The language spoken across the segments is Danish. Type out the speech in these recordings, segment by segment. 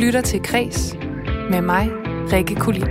lytter til Kres med mig, Rikke Kulin.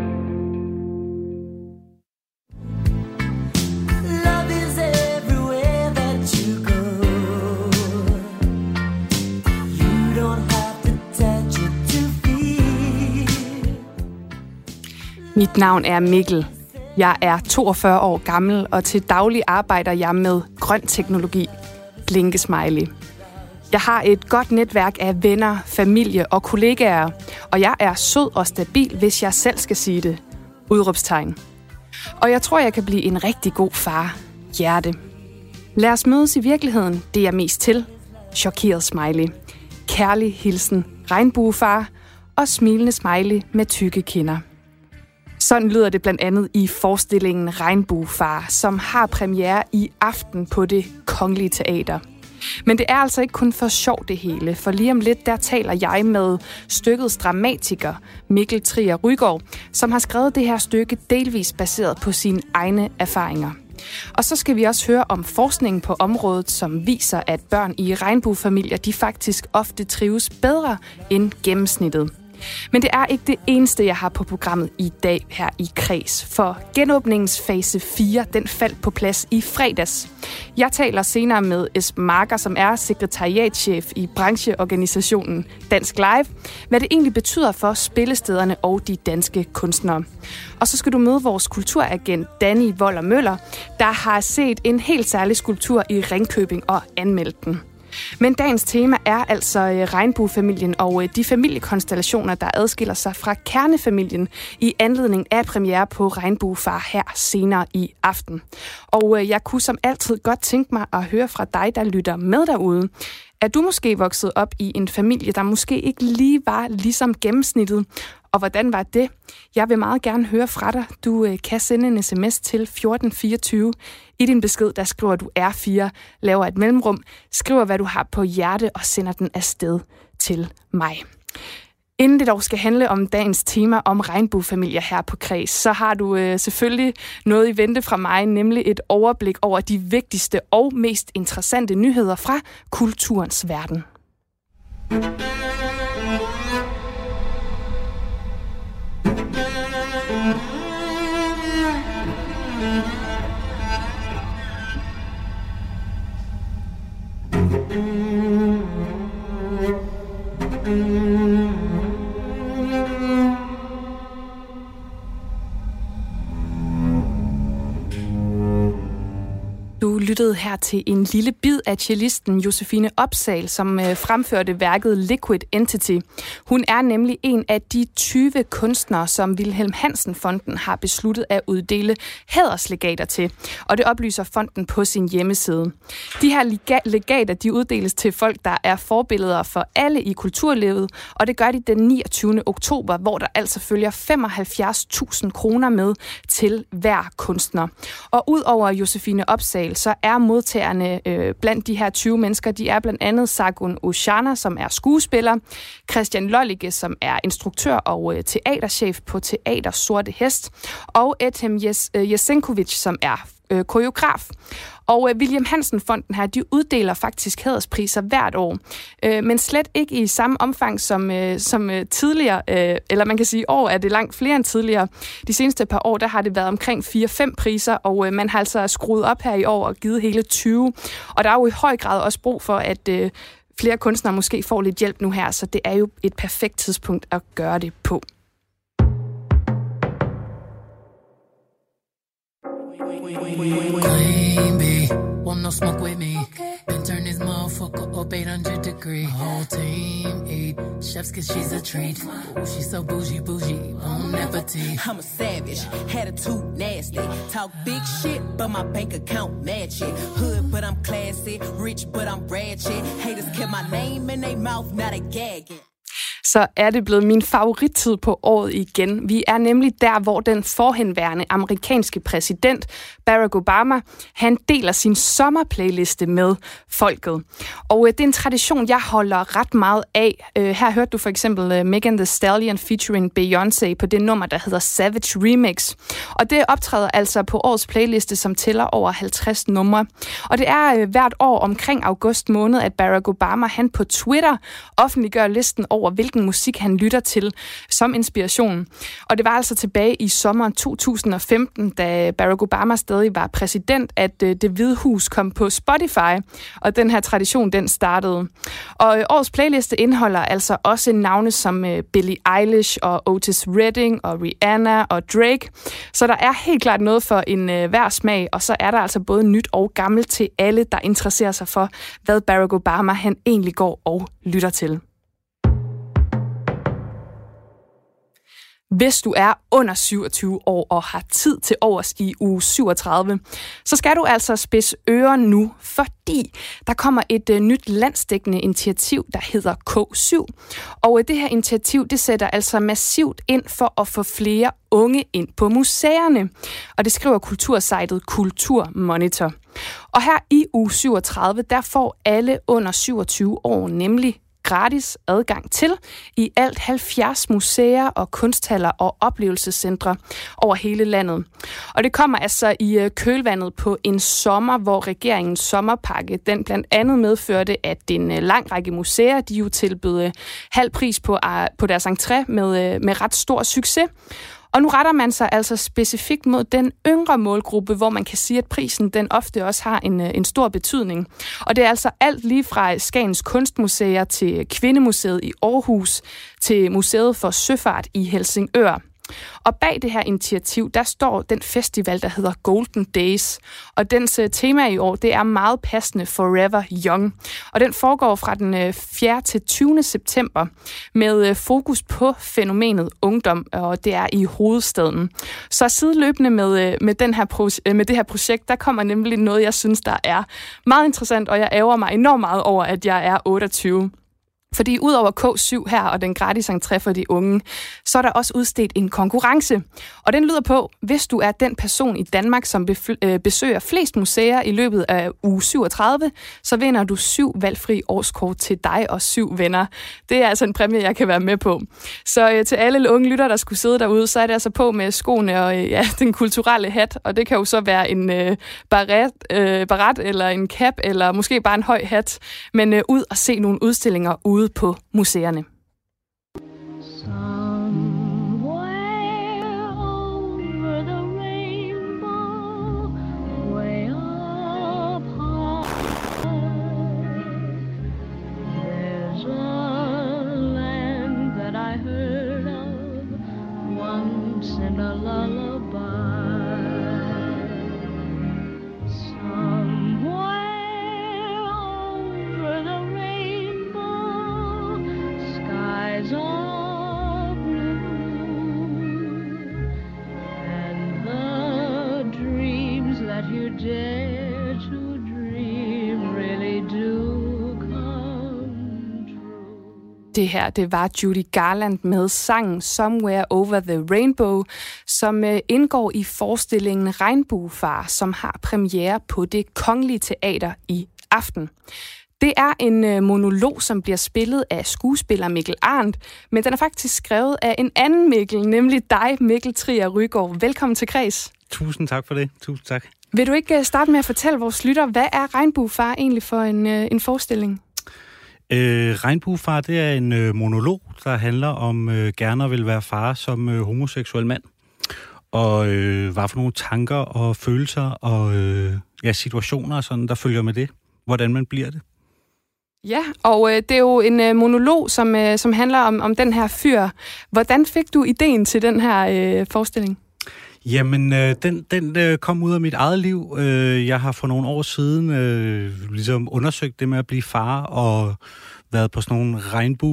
Mit navn er Mikkel. Jeg er 42 år gammel, og til daglig arbejder jeg med grøn teknologi. Blinkesmiley. Jeg har et godt netværk af venner, familie og kollegaer, og jeg er sød og stabil, hvis jeg selv skal sige det. Udråbstegn. Og jeg tror, jeg kan blive en rigtig god far. Hjerte. Lad os mødes i virkeligheden, det er jeg mest til. Chokeret smiley. Kærlig hilsen, regnbuefar og smilende smiley med tykke kinder. Sådan lyder det blandt andet i forestillingen Regnbuefar, som har premiere i aften på Det Kongelige Teater. Men det er altså ikke kun for sjov det hele, for lige om lidt der taler jeg med stykkets dramatiker Mikkel Trier Rygaard, som har skrevet det her stykke delvis baseret på sine egne erfaringer. Og så skal vi også høre om forskningen på området, som viser, at børn i regnbuefamilier de faktisk ofte trives bedre end gennemsnittet. Men det er ikke det eneste, jeg har på programmet i dag her i Kres, for genåbningens fase 4, den faldt på plads i fredags. Jeg taler senere med Esben Marker, som er sekretariatschef i brancheorganisationen Dansk Live, hvad det egentlig betyder for spillestederne og de danske kunstnere. Og så skal du møde vores kulturagent Danny Voller Møller, der har set en helt særlig skulptur i Ringkøbing og anmeldt den. Men dagens tema er altså regnbuefamilien og de familiekonstellationer, der adskiller sig fra kernefamilien i anledning af premiere på Regnbuefar her senere i aften. Og jeg kunne som altid godt tænke mig at høre fra dig, der lytter med derude. Er du måske vokset op i en familie, der måske ikke lige var ligesom gennemsnittet? Og hvordan var det? Jeg vil meget gerne høre fra dig. Du kan sende en sms til 1424. I din besked, der skriver du R4, laver et mellemrum, skriver, hvad du har på hjerte og sender den afsted til mig. Inden det dog skal handle om dagens tema om regnbuefamilier her på Kres, så har du selvfølgelig noget i vente fra mig, nemlig et overblik over de vigtigste og mest interessante nyheder fra kulturens verden. Du lyttede her til en lille bid af cellisten Josefine Opsahl, som fremførte værket Liquid Entity. Hun er nemlig en af de 20 kunstnere, som Wilhelm Hansen-fonden har besluttet at uddele hæderslegater til. Og det oplyser fonden på sin hjemmeside. De her legater de uddeles til folk, der er forbilleder for alle i kulturlivet, og det gør de den 29. oktober, hvor der altså følger 75.000 kroner med til hver kunstner. Og udover Josefine Opsahl, så er modtagerne blandt de her 20 mennesker, de er blandt andet Sargun Oshana, som er skuespiller, Christian Lollige, som er instruktør og teaterchef på Teater Sorte Hest, og Ethem Jesenkovic, som er koreograf. Og Wilhelm Hansen-fonden her, de uddeler faktisk hæderspriser hvert år, men slet ikke i samme omfang som tidligere, eller man kan sige, år er det langt flere end tidligere. De seneste par år, der har det været omkring 4-5 priser, og man har altså skruet op her i år og givet hele 20. Og der er jo i høj grad også brug for, at flere kunstnere måske får lidt hjælp nu her, så det er jo et perfekt tidspunkt at gøre det på. Queen bee, want no smoke with me. Then turn this motherfucker up 800 degrees. Whole team eat chefs cause she's a treat. Ooh, she's so bougie, on appetite. I'm a savage, attitude nasty. Talk big shit, but my bank account match it. Hood, but I'm classy. Rich, but I'm ratchet. Haters kept my name in their mouth, now they gagging. Så er det blevet min favorittid på året igen. Vi er nemlig der, hvor den forhenværende amerikanske præsident Barack Obama, han deler sin sommerplayliste med folket. Og det er en tradition, jeg holder ret meget af. Her hørte du for eksempel Megan Thee Stallion featuring Beyoncé på det nummer, der hedder Savage Remix. Og det optræder altså på årets playliste, som tæller over 50 numre. Og det er hvert år omkring august måned, at Barack Obama, han på Twitter offentliggør listen over, hvilken hvilken musik han lytter til som inspiration. Og det var altså tilbage i sommeren 2015, da Barack Obama stadig var præsident, at Det Hvide Hus kom på Spotify, og den her tradition, den startede. Og årets playliste indeholder altså også navne som Billie Eilish og Otis Redding og Rihanna og Drake. Så der er helt klart noget for en hver smag, og så er der altså både nyt og gammelt til alle, der interesserer sig for, hvad Barack Obama han egentlig går og lytter til. Hvis du er under 27 år og har tid til overs i uge 37, så skal du altså spidse ører nu, fordi der kommer et nyt landsdækkende initiativ, der hedder K7. Og det her initiativ, det sætter altså massivt ind for at få flere unge ind på museerne. Og det skriver kultursejtet Kulturmonitor. Og her i uge 37, der får alle under 27 år nemlig gratis adgang til i alt 70 museer og kunsthaller og oplevelsescentre over hele landet. Og det kommer altså i kølvandet på en sommer, hvor regeringens sommerpakke, den blandt andet medførte, at en lang række museer, de jo tilbød halv pris på deres entré med ret stor succes. Og nu retter man sig altså specifikt mod den yngre målgruppe, hvor man kan sige, at prisen den ofte også har en stor betydning. Og det er altså alt lige fra Skagens Kunstmuseer til Kvindemuseet i Aarhus til Museet for Søfart i Helsingør. Og bag det her initiativ, der står den festival, der hedder Golden Days. Og dens tema i år, det er meget passende Forever Young. Og den foregår fra den 4. til 20. september med fokus på fænomenet ungdom, og det er i hovedstaden. Så sideløbende med det her projekt, der kommer nemlig noget, jeg synes, der er meget interessant, og jeg ærger mig enormt meget over, at jeg er 28. Fordi udover K7 her og den gratis entré for de unge, så er der også udstedt en konkurrence. Og den lyder på, hvis du er den person i Danmark, som besøger flest museer i løbet af uge 37, så vinder du 7 valgfri årskort til dig og 7 venner. Det er altså en præmie, jeg kan være med på. Så til alle unge lytter, der skulle sidde derude, så er det altså på med skoene og den kulturelle hat. Og det kan jo så være en baret eller en cap, eller måske bare en høj hat. Men ud og se nogle udstillinger ude på museerne. Det her, det var Judy Garland med sangen Somewhere Over the Rainbow, som indgår i forestillingen Regnbuefar, som har premiere på Det Kongelige Teater i aften. Det er en monolog, som bliver spillet af skuespiller Mikkel Arndt, men den er faktisk skrevet af en anden Mikkel, nemlig dig, Mikkel Trier Rygaard. Velkommen til Kreds. Tusind tak for det. Tusind tak. Vil du ikke starte med at fortælle vores lytter, hvad er Regnbuefar egentlig for en forestilling? Regnbuefar, det er en monolog, der handler om gerne at vil være far som homoseksuel mand. Og hvad for nogle tanker og følelser og situationer og sådan, der følger med det. Hvordan man bliver det. Ja, og det er jo en monolog, som handler om den her fyr. Hvordan fik du ideen til den her forestilling? Jamen, den kom ud af mit eget liv. Jeg har for nogle år siden ligesom undersøgt det med at blive far, og været på sådan nogle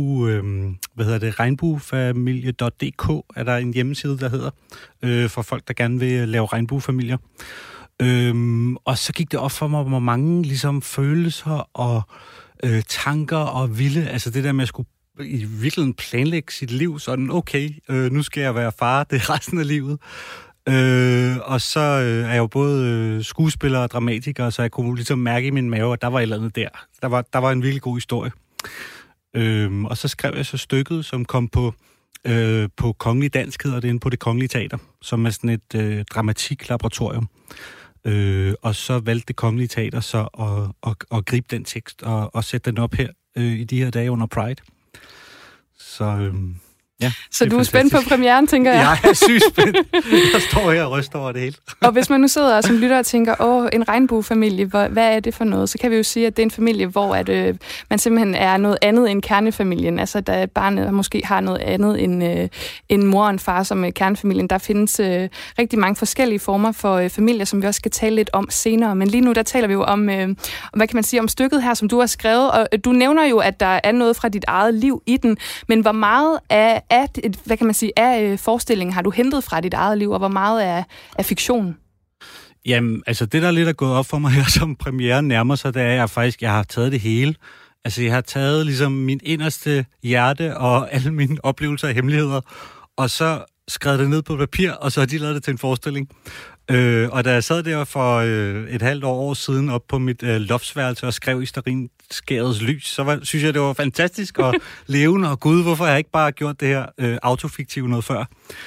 regnbuefamilie.dk er der en hjemmeside, der hedder, for folk, der gerne vil lave regnbuefamilier. Og så gik det op for mig, hvor mange ligesom følelser og tanker og vilde, altså det der med at skulle i virkeligheden planlægge sit liv, sådan okay, nu skal jeg være far, det er resten af livet. Og så er jeg jo både skuespiller og dramatiker, så jeg kunne ligesom mærke i min mave, at der var et eller andet der. Der var en virkelig god historie. Og så skrev jeg så stykket, som kom på Kongelig Dansk, hedder det, inde på Det Kongelige Teater, som er sådan et dramatiklaboratorium. Og så valgte Det Kongelige Teater så at gribe den tekst og sætte den op her i de her dage under Pride. Ja, så du er spændt på premieren, tænker jeg? Ja, jeg er sygt spændt. Jeg står her og ryster over det hele. Og hvis man nu sidder som lytter og tænker, en regnbuefamilie, hvad er det for noget? Så kan vi jo sige, at det er en familie, hvor man simpelthen er noget andet end kernefamilien. Altså, da barnet måske har noget andet end mor og en far som kernefamilien. Der findes rigtig mange forskellige former for familier, som vi også skal tale lidt om senere. Men lige nu, der taler vi jo om, hvad kan man sige, om stykket her, som du har skrevet. Og du nævner jo, at der er noget fra dit eget liv i den. Men hvor meget af forestillingen har du hentet fra dit eget liv, og hvor meget er fiktion? Jamen, altså det, der lidt er gået op for mig her, som premieren nærmer sig, det er, at jeg har taget det hele. Altså, jeg har taget ligesom min inderste hjerte og alle mine oplevelser og hemmeligheder, og så skrevet det ned på papir, og så har de lavet det til en forestilling. Og da jeg sad der for et halvt år siden op på mit loftsværelse og skrev i stearinskærets lys, så synes jeg, det var fantastisk og levende, og gud, hvorfor har jeg ikke bare gjort det her autofiktive noget før?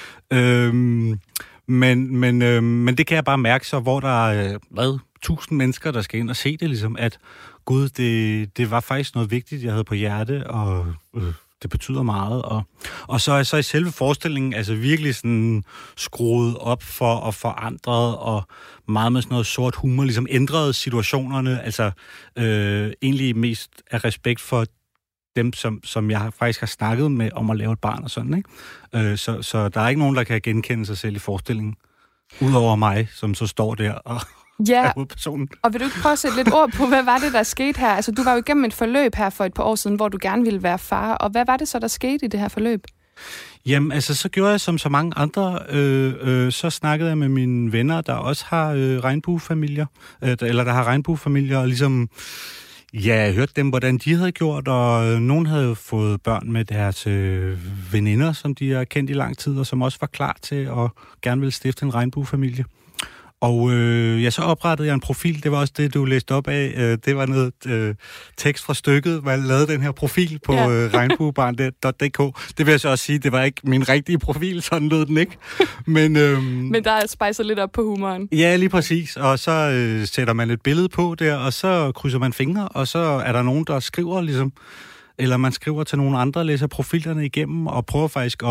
Men det kan jeg bare mærke så, hvor der er 1000 mennesker, der skal ind og se det, ligesom at gud, det var faktisk noget vigtigt, jeg havde på hjerte, og det betyder meget. Og så i selve forestillingen, altså virkelig sådan skruet op for at forandret, og meget med sådan noget sort humor, ligesom ændrede situationerne, altså egentlig mest af respekt for dem, som jeg faktisk har snakket med om at lave et barn og sådan, ikke? Så der er ikke nogen, der kan genkende sig selv i forestillingen, udover mig, som så står der og er hovedpersonen. Og vil du ikke prøve at sætte lidt ord på, hvad var det, der skete her? Altså, du var jo igennem et forløb her for et par år siden, hvor du gerne ville være far, og hvad var det så, der skete i det her forløb? Jamen, altså, så gjorde jeg som så mange andre, så snakkede jeg med mine venner, der også har regnbuefamilier, eller der har regnbuefamilier, og ligesom jeg hørte dem, hvordan de havde gjort, og nogen havde fået børn med deres veninder, som de har kendt i lang tid, og som også var klar til at gerne ville stifte en regnbuefamilie. Og så oprettede jeg en profil, det var også det, du læste op af. Det var noget tekst fra stykket, hvor jeg lavede den her profil på regnbuebarn.dk. Det vil jeg så også sige, det var ikke min rigtige profil, sådan lød den ikke. Men der er spejset lidt op på humoren. Ja, lige præcis. Og så sætter man et billede på der, og så krydser man fingre, og så er der nogen, der skriver ligesom, eller man skriver til nogle andre, læser profilerne igennem, og prøver faktisk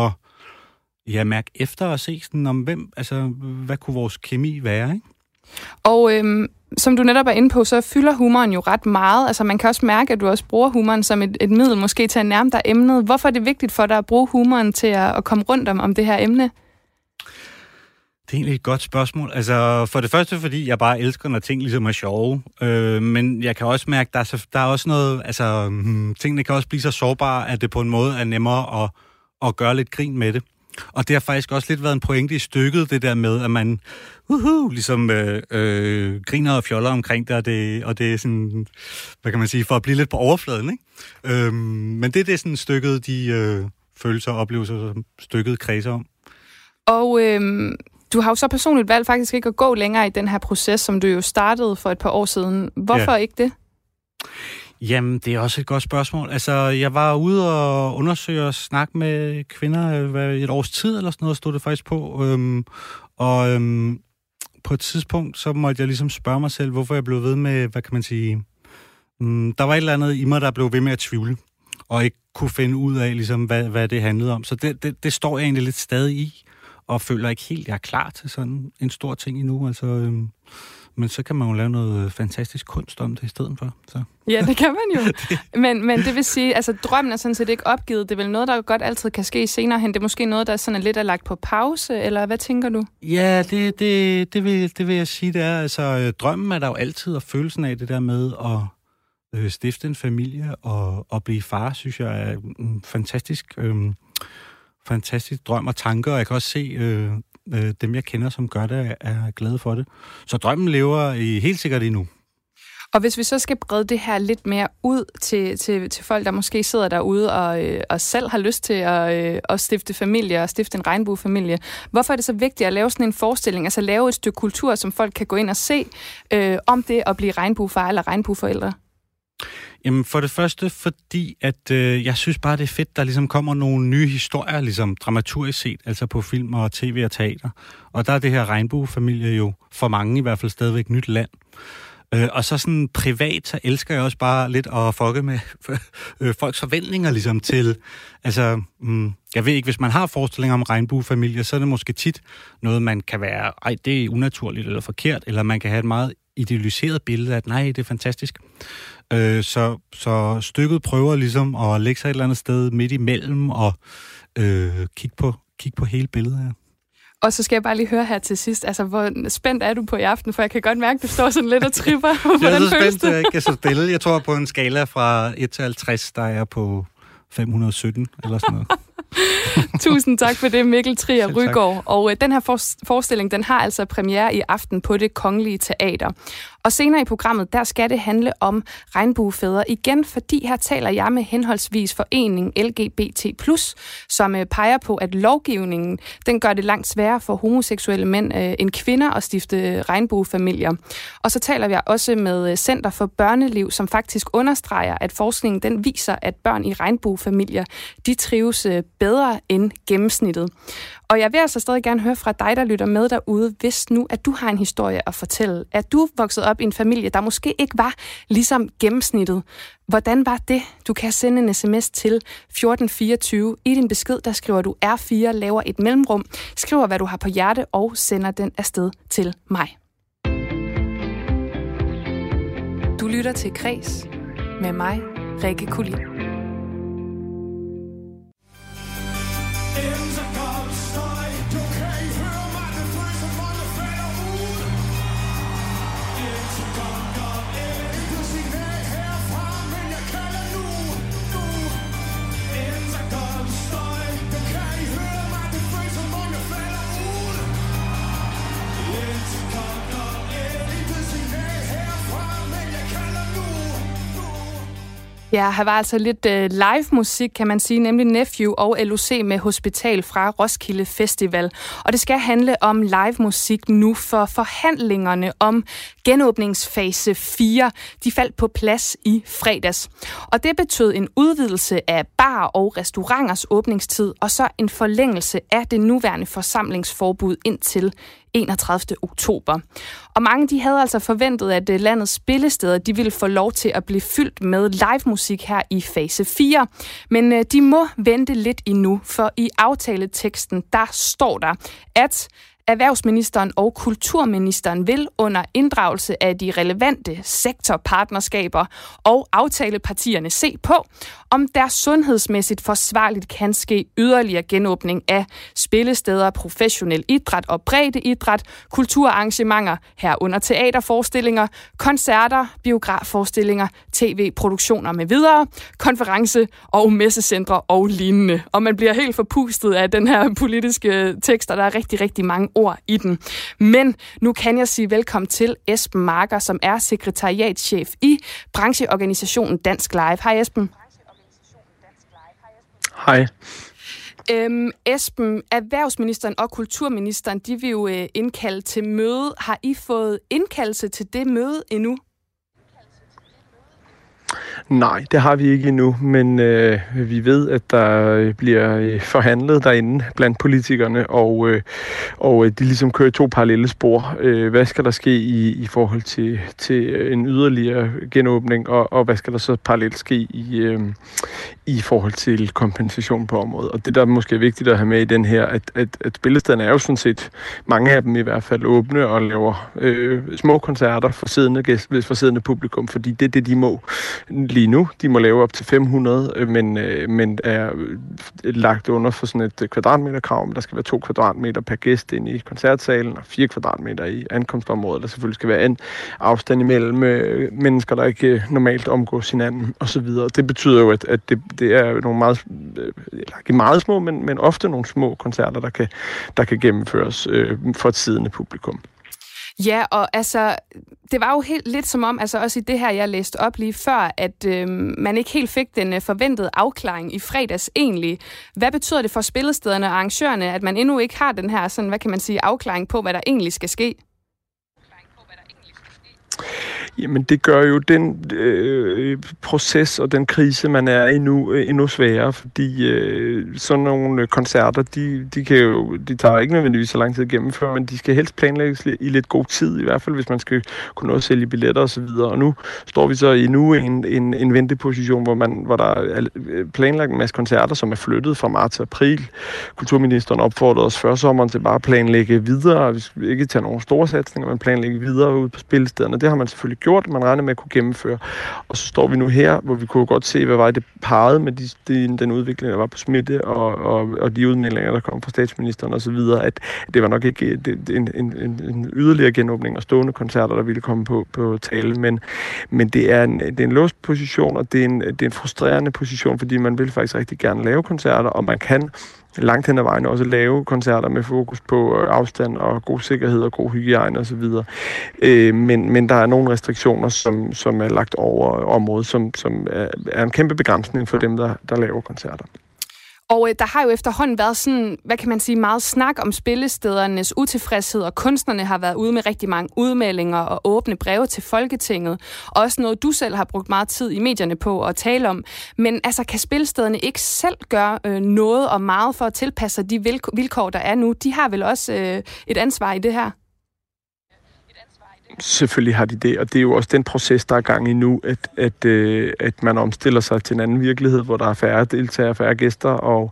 at mærke efter og se sådan om hvad kunne vores kemi være, ikke? Og som du netop er inde på, så fylder humoren jo ret meget. Altså man kan også mærke, at du også bruger humoren som et middel måske til at nærme dig emnet. Hvorfor er det vigtigt for dig at bruge humoren til at komme rundt om det her emne? Det er egentlig et godt spørgsmål. Altså for det første, fordi jeg bare elsker, når ting ligesom er sjove. Men jeg kan også mærke, at der er også noget, altså tingene kan også blive så sårbare, at det på en måde er nemmere at gøre lidt grin med det. Og det har faktisk også lidt været en pointe i stykket, det der med, at man ligesom griner og fjoller omkring det, og det er sådan, hvad kan man sige, for at blive lidt på overfladen, ikke? Men det er sådan stykket, de følelser og oplevelser, som stykket kredser om. Og du har jo så personligt valgt faktisk ikke at gå længere i den her proces, som du jo startede for et par år siden. Hvorfor ikke det? Jamen, det er også et godt spørgsmål. Altså, jeg var ude og undersøge og snakke med kvinder et års tid, eller sådan noget, stod det faktisk på. På et tidspunkt, så måtte jeg ligesom spørge mig selv, hvorfor jeg blev ved med, hvad kan man sige... der var et eller andet i mig, der blev ved med at tvivle, og ikke kunne finde ud af, ligesom, hvad det handlede om. Så det står jeg egentlig lidt stadig i, og føler ikke helt, jeg er klar til sådan en stor ting endnu. Altså... Men så kan man jo lave noget fantastisk kunst om det i stedet for. Så. Ja, det kan man jo. Men det vil sige, altså drømmen er sådan set ikke opgivet. Det er vel noget, der godt altid kan ske senere hen. Det er måske noget, der sådan lidt er lagt på pause, eller hvad tænker du? Ja, det vil jeg sige, det er. Altså drømmen er der jo altid, og følelsen af det der med at stifte en familie og blive far, synes jeg er en fantastisk drøm og tanker. Og jeg kan også se... dem, jeg kender, som gør det, er glade for det. Så drømmen lever helt sikkert endnu. Og hvis vi så skal brede det her lidt mere ud til folk, der måske sidder derude og selv har lyst til at stifte familie og stifte en regnbuefamilie, hvorfor er det så vigtigt at lave sådan en forestilling, altså lave et stykke kultur, som folk kan gå ind og se om det at blive regnbuefar eller regnbueforældre? Jamen for det første, fordi at jeg synes bare, det er fedt, der ligesom kommer nogle nye historier, ligesom dramaturgisk set, altså på film og tv og teater. Og der er det her regnbuefamilie jo for mange i hvert fald stadigvæk nyt land. Og så sådan privat, så elsker jeg også bare lidt at fucke med folks forventninger ligesom til, altså, jeg ved ikke, hvis man har forestillinger om regnbuefamilier, så er det måske tit noget, man kan være, det er unaturligt eller forkert, eller man kan have et meget idealiseret billede af, at nej, det er fantastisk. Så stykket prøver ligesom at lægge sig et eller andet sted midt imellem og kigge på hele billedet her. Og så skal jeg bare lige høre her til sidst, altså hvor spændt er du på i aften, for jeg kan godt mærke, at du står sådan lidt og tripper. Jeg er så spændt, jeg ikke kan så stille. Jeg tror på en skala fra 1 til 50, der er på 517 eller sådan noget. Tusind tak for det, Mikkel Trier Rygaard. Og den her forestilling, den har altså premiere i aften på Det Kongelige Teater. Og senere i programmet, der skal det handle om regnbuefædre igen, fordi her taler jeg med henholdsvis foreningen LGBT+, som peger på, at lovgivningen, den gør det langt sværere for homoseksuelle mænd end kvinder at stifte regnbuefamilier. Og så taler jeg også med Center for Børneliv, som faktisk understreger, at forskningen den viser, at børn i regnbuefamilier, de trives bedre end gennemsnittet. Og jeg vil altså stadig gerne høre fra dig, der lytter med derude, hvis nu, at du har en historie at fortælle. At du voksede op i en familie, der måske ikke var ligesom gennemsnittet. Hvordan var det? Du kan sende en sms til 1424. I din besked, der skriver du R4, laver et mellemrum, skriver, hvad du har på hjerte og sender den afsted til mig. Du lytter til Kres med mig, Rikke Kulin. Ja, her var altså lidt live musik, kan man sige, nemlig Nephew og LOC med Hospital fra Roskilde Festival. Og det skal handle om live musik nu, for forhandlingerne om genåbningsfase 4, de faldt på plads i fredags. Og det betød en udvidelse af bar- og restauranters åbningstid, og så en forlængelse af det nuværende forsamlingsforbud indtil 31. oktober. Og mange de havde altså forventet, at landets spillesteder de ville få lov til at blive fyldt med live musik her i fase 4. Men de må vente lidt endnu, for i aftaleteksten der står der, at erhvervsministeren og kulturministeren vil under inddragelse af de relevante sektorpartnerskaber og aftalepartierne se på, om der sundhedsmæssigt forsvarligt kan ske yderligere genåbning af spillesteder, professionel idræt og breddeidræt, kulturarrangementer herunder teaterforestillinger, koncerter, biografforestillinger, tv-produktioner med videre, konference- og messecentre og lignende. Og man bliver helt forpustet af den her politiske tekst, og der er rigtig, rigtig mange ord i den. Men nu kan jeg sige velkommen til Esben Marker, som er sekretariatschef i brancheorganisationen Dansk Live. Hej Esben. Hej. Esben, erhvervsministeren og kulturministeren, de vil jo indkalde til møde. Har I fået indkaldelse til det møde endnu? Nej, det har vi ikke endnu, men vi ved, at der bliver forhandlet derinde blandt politikerne, og de ligesom kører 2 parallelle spor. Hvad skal der ske i forhold til en yderligere genåbning, og hvad skal der så parallelt ske i forhold til kompensation på området? Og det, der måske er vigtigt at have med i den her, at spillestederne er jo sådan set, mange af dem i hvert fald, åbne og laver små koncerter for siddende publikum, fordi det er det, de må lige nu. De må lave op til 500, men er lagt under for sådan et kvadratmeterkrav. Der skal være 2 kvadratmeter per gæst ind i koncertsalen, og 4 kvadratmeter i ankomstområdet. Der selvfølgelig skal være en afstand imellem mennesker, der ikke normalt omgås hinanden, osv. Det betyder jo, at det er nogle meget, ikke meget små, men ofte nogle små koncerter, der kan gennemføres for et siddende publikum. Ja, og altså, det var jo helt lidt som om, altså også i det her, jeg læste op lige før, at man ikke helt fik den forventede afklaring i fredags egentlig. Hvad betyder det for spillestederne og arrangørerne, at man endnu ikke har den her, sådan, hvad kan man sige, afklaring på, hvad der egentlig skal ske? Jamen, det gør jo den proces og den krise, man er i nu, endnu sværere, fordi sådan nogle koncerter, de tager ikke nødvendigvis så lang tid at gennemføre, men de skal helst planlægges i lidt god tid, i hvert fald hvis man skal kunne nå at sælge billetter osv. Og nu står vi så endnu i en venteposition, hvor der er planlagt en masse koncerter, som er flyttet fra marts til april. Kulturministeren opfordrede os før sommeren til bare at planlægge videre. Vi skal ikke tage nogle store satsninger, men planlægge videre ud på spillestederne. Det har man selvfølgelig gjort, man regner med at kunne gennemføre. Og så står vi nu her, hvor vi kunne godt se, hvad var det parrede med den udvikling, der var på smitte, og de udmeldinger, der kom fra statsministeren osv., at det var nok ikke en yderligere genåbning og stående koncerter, der ville komme på tale. Men det er en låst position, og det er en frustrerende position, fordi man vil faktisk rigtig gerne lave koncerter, og man kan langt hen ad vejen også lave koncerter med fokus på afstand og god sikkerhed og god hygiejne osv. Men der er nogle restriktioner, som er lagt over området, som er en kæmpe begrænsning for dem, der laver koncerter. Og der har jo efterhånden været sådan, hvad kan man sige, meget snak om spillestedernes utilfredshed, og kunstnerne har været ude med rigtig mange udmeldinger og åbne breve til Folketinget. Også noget, du selv har brugt meget tid i medierne på at tale om. Men altså, kan spillestederne ikke selv gøre noget og meget for at tilpasse sig de vilkår, der er nu? De har vel også et ansvar i det her? Selvfølgelig har de det, og det er jo også den proces, der er gang i nu, at man omstiller sig til en anden virkelighed, hvor der er færre deltagere, færre gæster,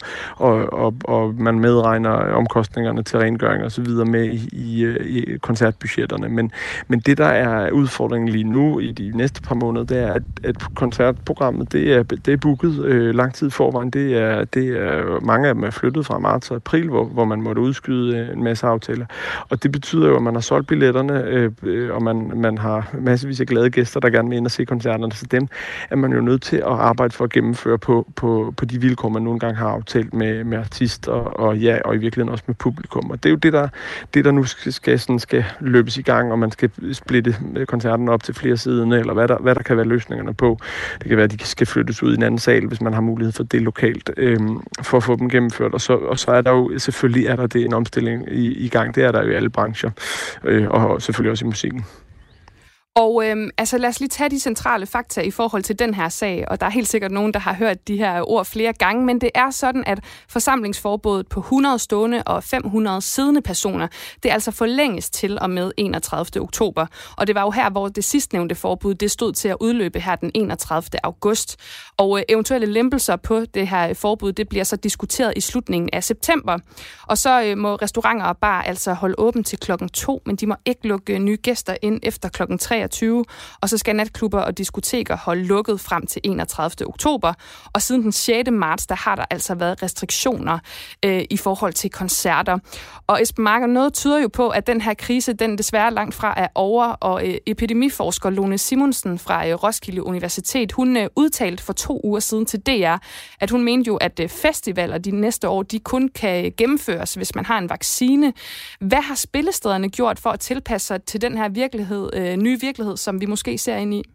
og man medregner omkostningerne til rengøring og så videre med i koncertbudgetterne. Men det, der er udfordringen lige nu i de næste par måneder, det er, at koncertprogrammet, det er booket lang tid forvejen. Det er mange af dem er flyttet fra marts og april, hvor man måtte udskyde en masse aftaler. Og det betyder jo, at man har solgt billetterne, og man har massevis af glade gæster, der gerne vil ind og se koncerterne, så dem er man jo nødt til at arbejde for at gennemføre på de vilkår, man nogle gange har aftalt med artister, og i virkeligheden også med publikum. Og det er jo det, der nu skal løbes i gang, og man skal splitte koncerten op til flere sider, eller hvad der kan være løsningerne på. Det kan være, at de skal flyttes ud i en anden sal, hvis man har mulighed for det lokalt, for at få dem gennemført. Og så er der jo, selvfølgelig er der det en omstilling i gang. Det er der jo i alle brancher, og selvfølgelig også i musikken. Og lad os lige tage de centrale fakta i forhold til den her sag, og der er helt sikkert nogen, der har hørt de her ord flere gange, men det er sådan, at forsamlingsforbuddet på 100 stående og 500 siddende personer, det er altså forlænges til og med 31. oktober. Og det var jo her, hvor det sidstnævnte forbud, det stod til at udløbe her den 31. august. Og eventuelle lempelser på det her forbud, det bliver så diskuteret i slutningen af september. Og så må restauranter og bar altså holde åben til 2:00, men de må ikke lukke nye gæster ind efter 3:23. Og så skal natklubber og diskoteker holde lukket frem til 31. oktober. Og siden den 6. marts, der har der altså været restriktioner i forhold til koncerter. Og Esben Marker, noget tyder jo på, at den her krise, den desværre langt fra er over. Og epidemiforsker Lone Simonsen fra Roskilde Universitet, hun udtalte for 2 uger siden til DR, at hun mente jo, at festivaler de næste år, de kun kan gennemføres, hvis man har en vaccine. Hvad har spillestederne gjort for at tilpasse sig til den her virkelighed, nye virkelighed, som vi måske ser ind i?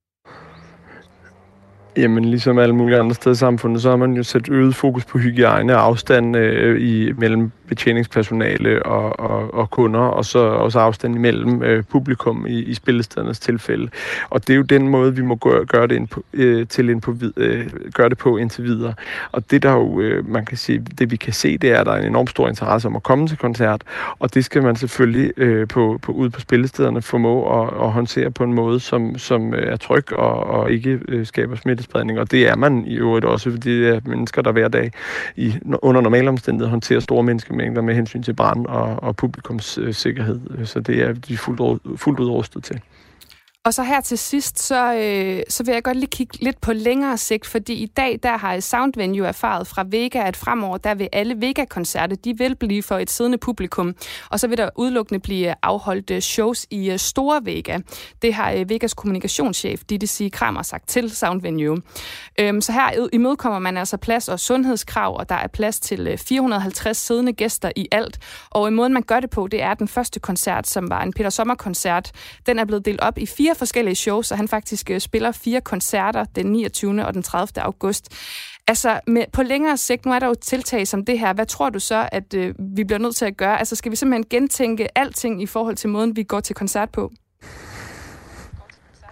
Jamen, ligesom alle mulige andre steder i samfundet, så har man jo sat øget fokus på hygiejne og afstand mellem betjeningspersonale og kunder, og så også afstand imellem publikum i spillestedernes tilfælde. Og det er jo den måde, vi må gøre det på indtil videre. Og det der jo, man kan sige, det vi kan se, det er, at der er en enormt stor interesse om at komme til koncert, og det skal man selvfølgelig ude på spillestederne formå at håndtere på en måde, som er tryg og ikke skaber smittespredning. Og det er man i øvrigt også, fordi det er mennesker, der hver dag under normale omstændigheder håndterer store menneskemængder med hensyn til brand og publikums sikkerhed. Så det er de fuldt ud rustet til. Og så her til sidst, så vil jeg godt lige kigge lidt på længere sigt, fordi i dag, der har Soundvenue erfaret fra Vega, at fremover, der vil alle Vega-koncerter, de vil blive for et siddende publikum, og så vil der udelukkende blive afholdt shows i Store Vega. Det har Vegas kommunikationschef Ditte Kramer sagt til Soundvenue. Så her imødekommer man altså plads og sundhedskrav, og der er plads til 450 siddende gæster i alt. Og måden, man gør det på, det er den første koncert, som var en Peter Sommer-koncert. Den er blevet delt op i 4 forskellige shows, og han faktisk spiller 4 koncerter den 29. og den 30. august. Altså, på længere sigt, nu er der jo tiltag som det her. Hvad tror du så, at vi bliver nødt til at gøre? Altså, skal vi simpelthen gentænke alting i forhold til måden, vi går til koncert på?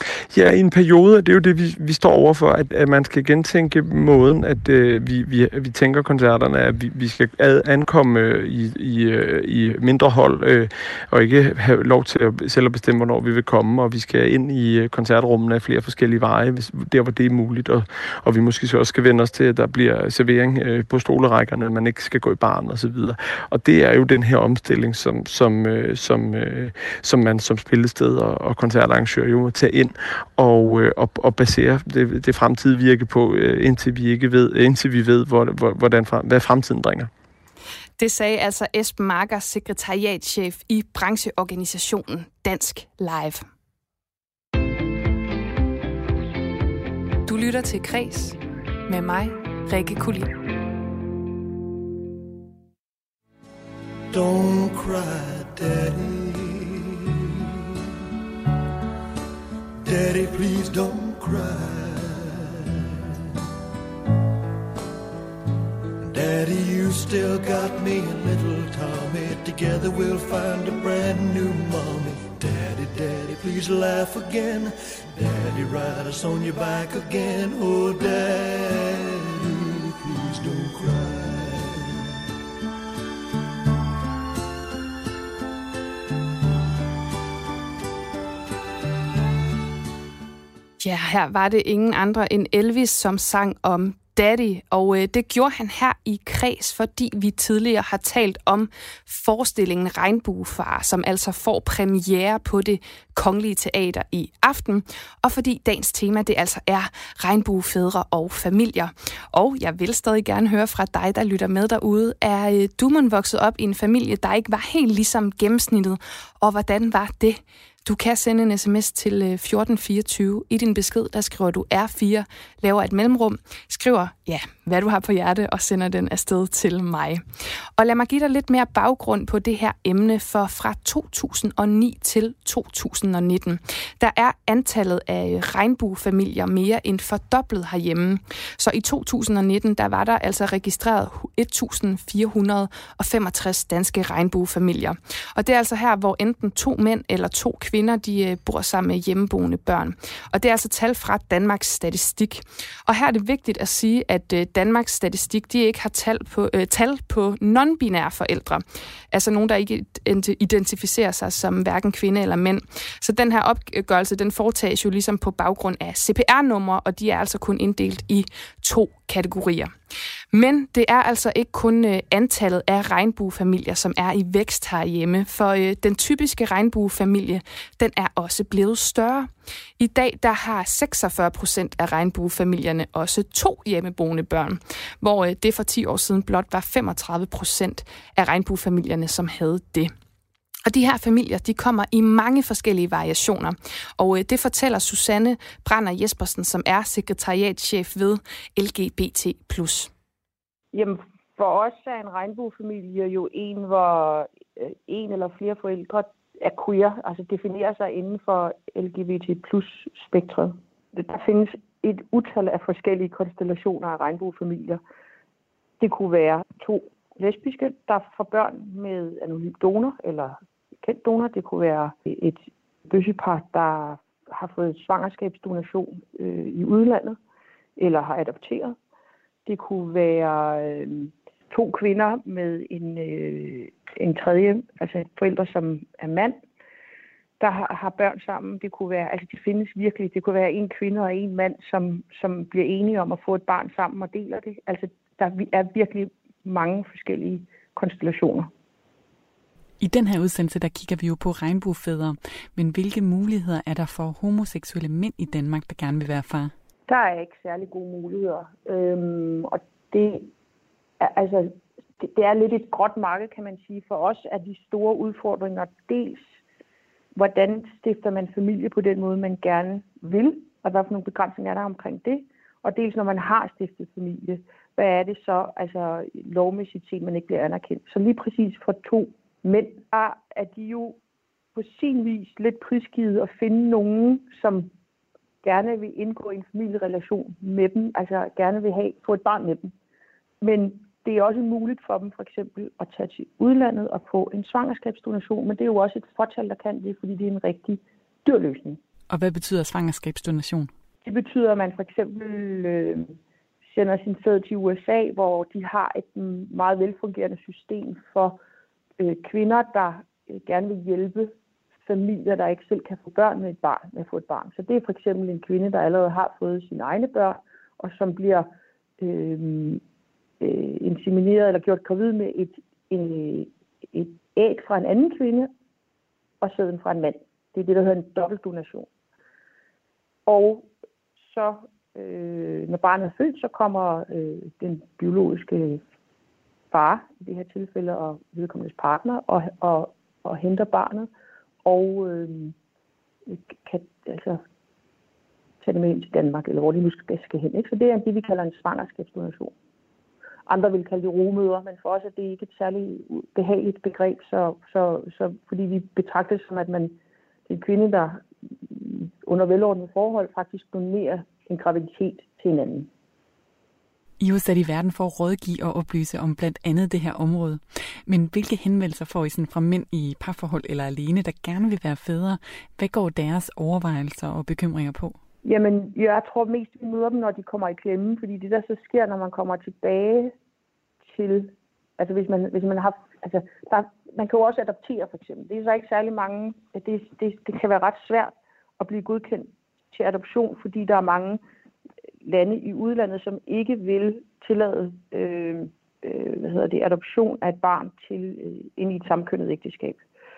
Ja, i en periode, det er jo det, vi står overfor, at man skal gentænke måden, at vi tænker koncerterne, at vi skal ankomme i mindre hold, og ikke have lov til selv at bestemme, hvornår vi vil komme, og vi skal ind i koncertrummene af flere forskellige veje, der hvor det er muligt, og vi måske så også skal vende os til, at der bliver servering på stolerækkerne, at man ikke skal gå i baren og så videre. Og det er jo den her omstilling, som man som spillested og koncertarrangør jo må tage ind og basere det fremtidige virke på, indtil vi ved, hvad fremtiden bringer. Det sagde altså Esben Marker, sekretariatschef i brancheorganisationen Dansk Live. Du lytter til Kreds med mig, Rikke Kulin. Don't cry, Daddy. Daddy, please don't cry. Daddy, you still got me and little Tommy. Together we'll find a brand new mommy. Daddy, Daddy, please laugh again. Daddy, ride us on your back again. Oh, Daddy, please don't cry. Ja, her var det ingen andre end Elvis, som sang om Daddy, og det gjorde han her i Kreds, fordi vi tidligere har talt om forestillingen Regnbuefar, som altså får premiere på Det Kongelige Teater i aften, og fordi dagens tema det altså er regnbuefædre og familier. Og jeg vil stadig gerne høre fra dig, der lytter med derude. Er du mon vokset op i en familie, der ikke var helt ligesom gennemsnittet, og hvordan var det? Du kan sende en sms til 1424. I din besked, der skriver du R4, laver et mellemrum, skriver, hvad du har på hjerte, og sender den afsted til mig. Og lad mig give dig lidt mere baggrund på det her emne, for fra 2009 til 2019, der er antallet af regnbuefamilier mere end fordoblet herhjemme. Så i 2019, der var der altså registreret 1465 danske regnbuefamilier. Og det er altså her, hvor enten 2 mænd eller 2 kvinder, de bor sammen med hjemmeboende børn. Og det er altså tal fra Danmarks Statistik. Og her er det vigtigt at sige, at Danmarks Statistik, de ikke har tal på non-binære forældre. Altså nogen, der ikke identificerer sig som hverken kvinde eller mænd. Så den her opgørelse, den foretages jo ligesom på baggrund af CPR-numre, og de er altså kun inddelt i 2 kategorier. Men det er altså ikke kun antallet af regnbuefamilier, som er i vækst herhjemme, for den typiske regnbuefamilie, den er også blevet større. I dag der har 46% af regnbuefamilierne også 2 hjemmeboende børn, hvor det for 10 år siden blot var 35% af regnbuefamilierne, som havde det. Og de her familier, de kommer i mange forskellige variationer. Og det fortæller Susanne Brander Jespersen, som er sekretariatschef ved LGBT+. Jamen, for os er en regnbuefamilie jo en, hvor en eller flere forældre er queer, altså definerer sig inden for LGBT+-spektret. Der findes et utal af forskellige konstellationer af regnbuefamilier. Det kunne være 2 lesbiske, der får børn med anonym donor eller kendt donor. Det kunne være et bøssepar, der har fået svangerskabsdonation i udlandet eller har adopteret. Det kunne være 2 kvinder med en tredje, altså en forælder, som er mand, der har børn sammen. Det kunne være, altså de findes virkelig. Det kunne være 1 kvinde og 1 mand, som bliver enige om at få et barn sammen og deler det. Altså der er virkelig mange forskellige konstellationer. I den her udsendelse, der kigger vi jo på regnbuefædre. Men hvilke muligheder er der for homoseksuelle mænd i Danmark, der gerne vil være far? Der er ikke særlig gode muligheder. Og det er lidt et gråt marked, kan man sige. For os er de store udfordringer dels, hvordan stifter man familie på den måde, man gerne vil, og hvad for nogle begrænsninger er der omkring det. Og dels, når man har stiftet familie, hvad er det så, altså lovmæssigt set, man ikke bliver anerkendt. Så lige præcis for 2 mænd, der er de jo på sin vis lidt prisgivet at finde nogen, som gerne vil indgå i en familierelation med dem, altså gerne vil få et barn med dem. Men det er også muligt for dem for eksempel at tage til udlandet og få en svangerskabsdonation, men det er jo også et fortal, der kan det, fordi det er en rigtig dyr løsning. Og hvad betyder svangerskabsdonation? Det betyder, at man for eksempel sender sin sæd til USA, hvor de har et meget velfungerende system for kvinder, der gerne vil hjælpe familier, der ikke selv kan få børn med at få et barn. Så det er for eksempel en kvinde, der allerede har fået sine egne børn, og som bliver insemineret eller gjort gravid med et æg fra en anden kvinde og sæden fra en mand. Det er det, der hedder en dobbeltdonation. Og så, når barnet er født, så kommer den biologiske far, i det her tilfælde, og vedkommendes partner, og henter barnet, og kan altså tage det med ind til Danmark, eller hvor de nu skal hen. Ikke? Så det er det, vi kalder en svangerskabsdonation. Andre vil kalde det rugemødre, men for os er det ikke et særligt behageligt begreb, så fordi vi betragter det som, at det er en kvinde, der under velordnede forhold faktisk donerer en graviditet til hinanden. I er jo sat i verden for at rådgive og oplyse om blandt andet det her område. Men hvilke henvendelser får I sådan fra mænd i parforhold eller alene, der gerne vil være fædre? Hvad går deres overvejelser og bekymringer på? Jamen, jeg tror mest, vi møder dem, når de kommer i klemme, fordi det der så sker, når man kommer tilbage til, altså hvis man har, altså man kan jo også adoptere for eksempel. Det er så ikke særlig mange, det kan være ret svært at blive godkendt til adoption, fordi der er mange lande i udlandet, som ikke vil tillade adoption af et barn ind i et samkønnet ægteskab.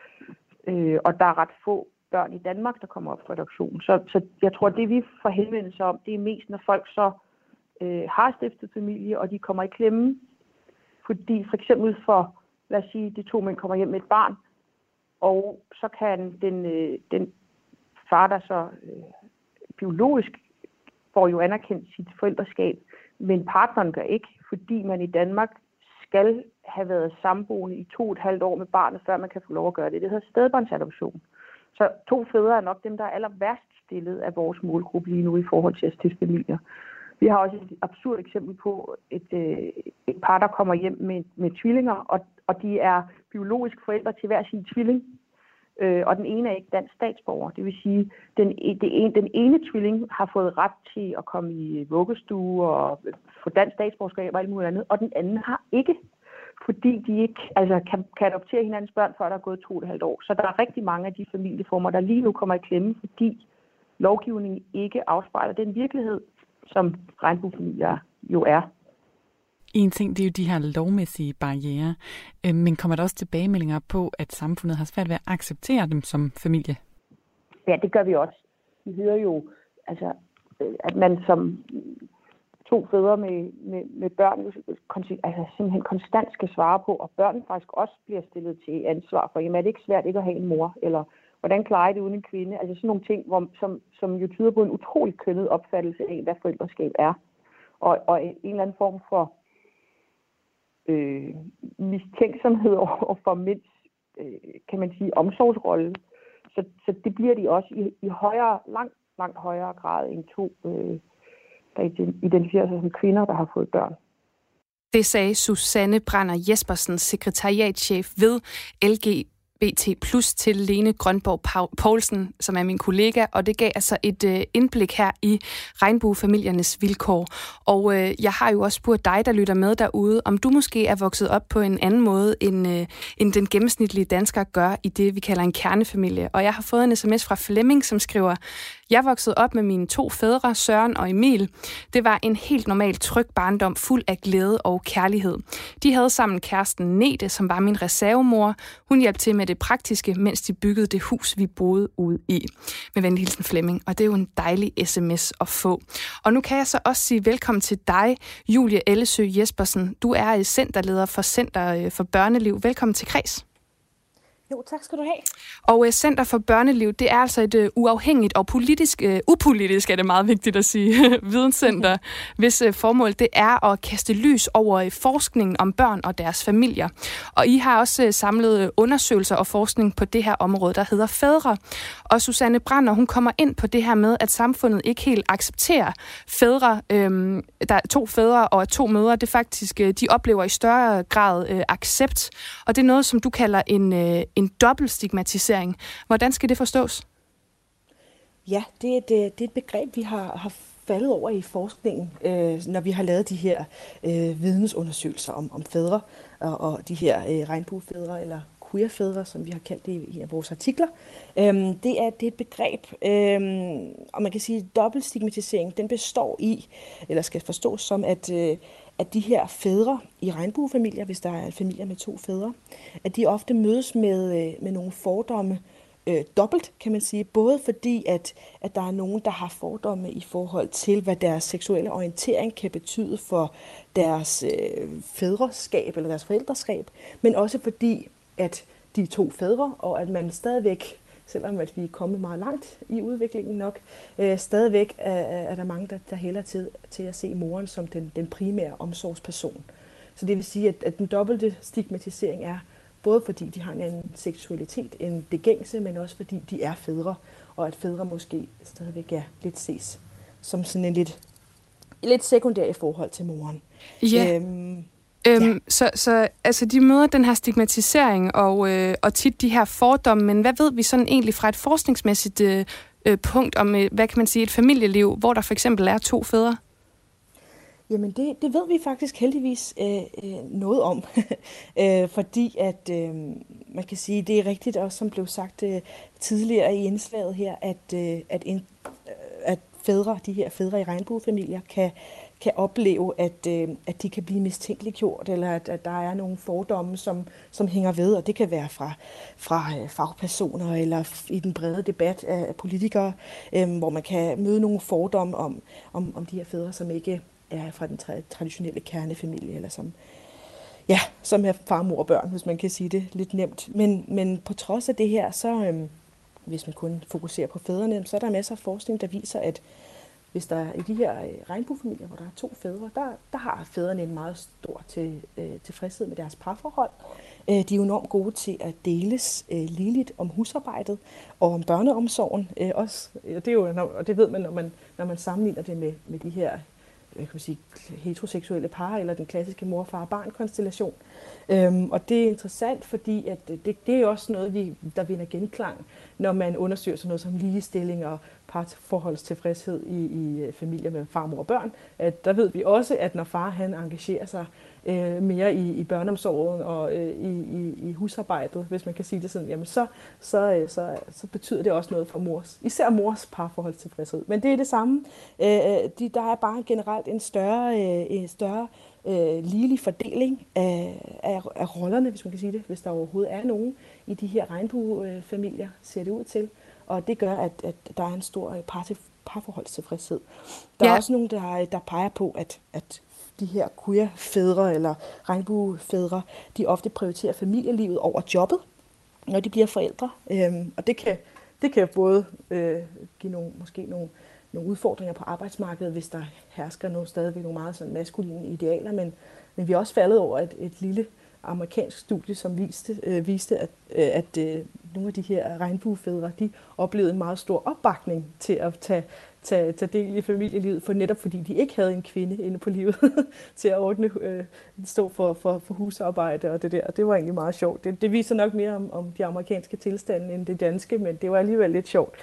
Og der er ret få børn i Danmark, der kommer op for adoption. Så jeg tror, det vi får henvendelse om, det er mest, når folk så har stiftet familie, og de kommer i klemme. Fordi for eksempel lad os sige, de 2 mænd kommer hjem med et barn, og så kan den far, der så biologisk får jo anerkendt sit forældreskab, men partneren gør ikke, fordi man i Danmark skal have været samboende i 2,5 år med barnet, før man kan få lov at gøre det. Det hedder stedbarnsadoption. Så 2 fædre er nok dem, der er aller værst stillet af vores målgruppe lige nu i forhold til at stifte familier. Vi har også et absurd eksempel på et par, der kommer hjem med tvillinger, og de er biologisk forældre til hver sin tvilling. Og den ene er ikke dansk statsborger. Det vil sige, den ene tvilling har fået ret til at komme i vuggestue og få dansk statsborgerskab og alt muligt andet, og den anden har ikke, fordi de ikke kan adoptere hinandens børn, før der er gået 2,5 år. Så der er rigtig mange af de familieformer, der lige nu kommer i klemme, fordi lovgivningen ikke afspejler den virkelighed, som regnbuefamilier jo er. En ting, det er jo de her lovmæssige barrierer, men kommer der også tilbagemeldinger på, at samfundet har svært ved at acceptere dem som familie? Ja, det gør vi også. Vi hører jo, at man som 2 fædre med børn simpelthen konstant skal svare på, og børn faktisk også bliver stillet til ansvar for, jamen er det ikke svært ikke at have en mor, eller hvordan klarer I det uden en kvinde? Altså sådan nogle ting, som jo tyder på en utrolig kønnet opfattelse af, hvad forældreskab er. Og en eller anden form for mistænksomhed over for mænds, kan man sige, omsorgsrolle. Så det bliver de også i langt højere grad end 2, der identificerer sig som kvinder, der har fået børn. Det sagde Susanne Brander Jespersen, sekretariatschef ved LGBT+ til Lene Grønborg Poulsen, som er min kollega, og det gav altså et indblik her i regnbuefamiliernes vilkår. Og jeg har jo også spurgt dig, der lytter med derude, om du måske er vokset op på en anden måde, end den gennemsnitlige dansker gør i det, vi kalder en kernefamilie. Og jeg har fået en sms fra Flemming, som skriver: Jeg voksede op med mine 2 fædre, Søren og Emil. Det var en helt normal tryg barndom, fuld af glæde og kærlighed. De havde sammen kæresten Nete, som var min reservemor. Hun hjalp til med det praktiske, mens de byggede det hus, vi boede ude i. Med venlig hilsen Flemming, og det er jo en dejlig sms at få. Og nu kan jeg så også sige velkommen til dig, Julie Ellesø Jespersen. Du er centerleder for Center for Børneliv. Velkommen til Kreds. Jo, tak skal du have. Og Center for Børneliv, det er altså et uafhængigt og upolitisk er det meget vigtigt at sige, videnscenter, hvis formål det er at kaste lys over forskningen om børn og deres familier. Og I har også samlet undersøgelser og forskning på det her område, der hedder Fædre. Og Susanne Brander, hun kommer ind på det her med, at samfundet ikke helt accepterer fædre. Der er 2 fædre og 2 mødre, det faktisk, de oplever i større grad accept. Og det er noget, som du kalder en dobbelt stigmatisering. Hvordan skal det forstås? Ja, det er et begreb, vi har faldet over i forskningen, når vi har lavet de her vidensundersøgelser om fædre og de her regnbuefædre eller queerfædre, som vi har kaldt det i vores artikler. Det er et begreb, og man kan sige, at dobbeltstigmatisering, den består i, eller skal forstås som, at de her fædre i regnbuefamilier, hvis der er familier med 2 fædre, at de ofte mødes med nogle fordomme, dobbelt, kan man sige. Både fordi, at der er nogen, der har fordomme i forhold til, hvad deres seksuelle orientering kan betyde for deres fædreskab eller deres forældreskab, men også fordi, at de er 2 fædre, og at man stadigvæk, selvom at vi er kommet meget langt i udviklingen nok, stadigvæk er der mange, der hælder til at se moren som den primære omsorgsperson. Så det vil sige, at den dobbelte stigmatisering er både fordi de har en anden seksualitet end det gængse, men også fordi de er fædre, og at fædre måske stadigvæk er lidt ses som sådan en lidt sekundær i forhold til moren. Ja. Så altså, de møder den her stigmatisering og tit de her fordomme, men hvad ved vi sådan egentlig fra et forskningsmæssigt punkt om, hvad kan man sige, et familieliv, hvor der for eksempel er 2 fædre? Jamen det ved vi faktisk heldigvis noget om, fordi at man kan sige, det er rigtigt også, som blev sagt tidligere i indslaget her, at fædre, de her fædre i regnbuefamilier kan opleve, at de kan blive mistænkeliggjort, eller at der er nogle fordomme, som hænger ved, og det kan være fra fagpersoner eller i den brede debat af politikere, hvor man kan møde nogle fordomme om de her fædre, som ikke er fra den traditionelle kernefamilie, eller som er far, mor og børn, hvis man kan sige det lidt nemt. Men på trods af det her, så hvis man kun fokuserer på fædrene, så er der masser af forskning, der viser, at hvis der er i de her regnbuefamilier, hvor der er 2 fædre, der har fædrene en meget stor tilfredshed med deres parforhold. De er jo enormt gode til at deles ligeligt om husarbejdet og om børneomsorgen også. Det er jo, og det ved man, når man sammenligner det med de her heteroseksuelle par, eller den klassiske mor-far-barn-konstellation. Og det er interessant, fordi at det er også noget, der vinder genklang, når man undersøger sådan noget som ligestilling og parforholdstilfredshed i familier med far, mor og børn. Der ved vi også, at når far han engagerer sig mere i børneomsorgen og i husarbejdet, hvis man kan sige det sådan, jamen så betyder det også noget for især mors parforholdstilfredshed. Men det er det samme. Der er bare generelt en større ligelig fordeling af rollerne, hvis man kan sige det, hvis der overhovedet er nogen i de her regnbuefamilier, ser det ud til. Og det gør, at der er en stor parforholdstilfredshed. Der er også nogen, der peger på, at de her queer-fædre eller regnbuefædre, de ofte prioriterer familielivet over jobbet, når de bliver forældre. Og det kan både give nogle udfordringer på arbejdsmarkedet, hvis der hersker stadigvæk nogle meget sådan maskuline idealer, men vi er også faldet over et lille amerikansk studie, som viste, at nogle af de her regnbuefædre, de oplevede en meget stor opbakning til at tage del i familielivet, fordi de ikke havde en kvinde inde på livet til at stå for husarbejde og det der. Og det var egentlig meget sjovt. Det viser nok mere om de amerikanske tilstande end det danske, men det var alligevel lidt sjovt.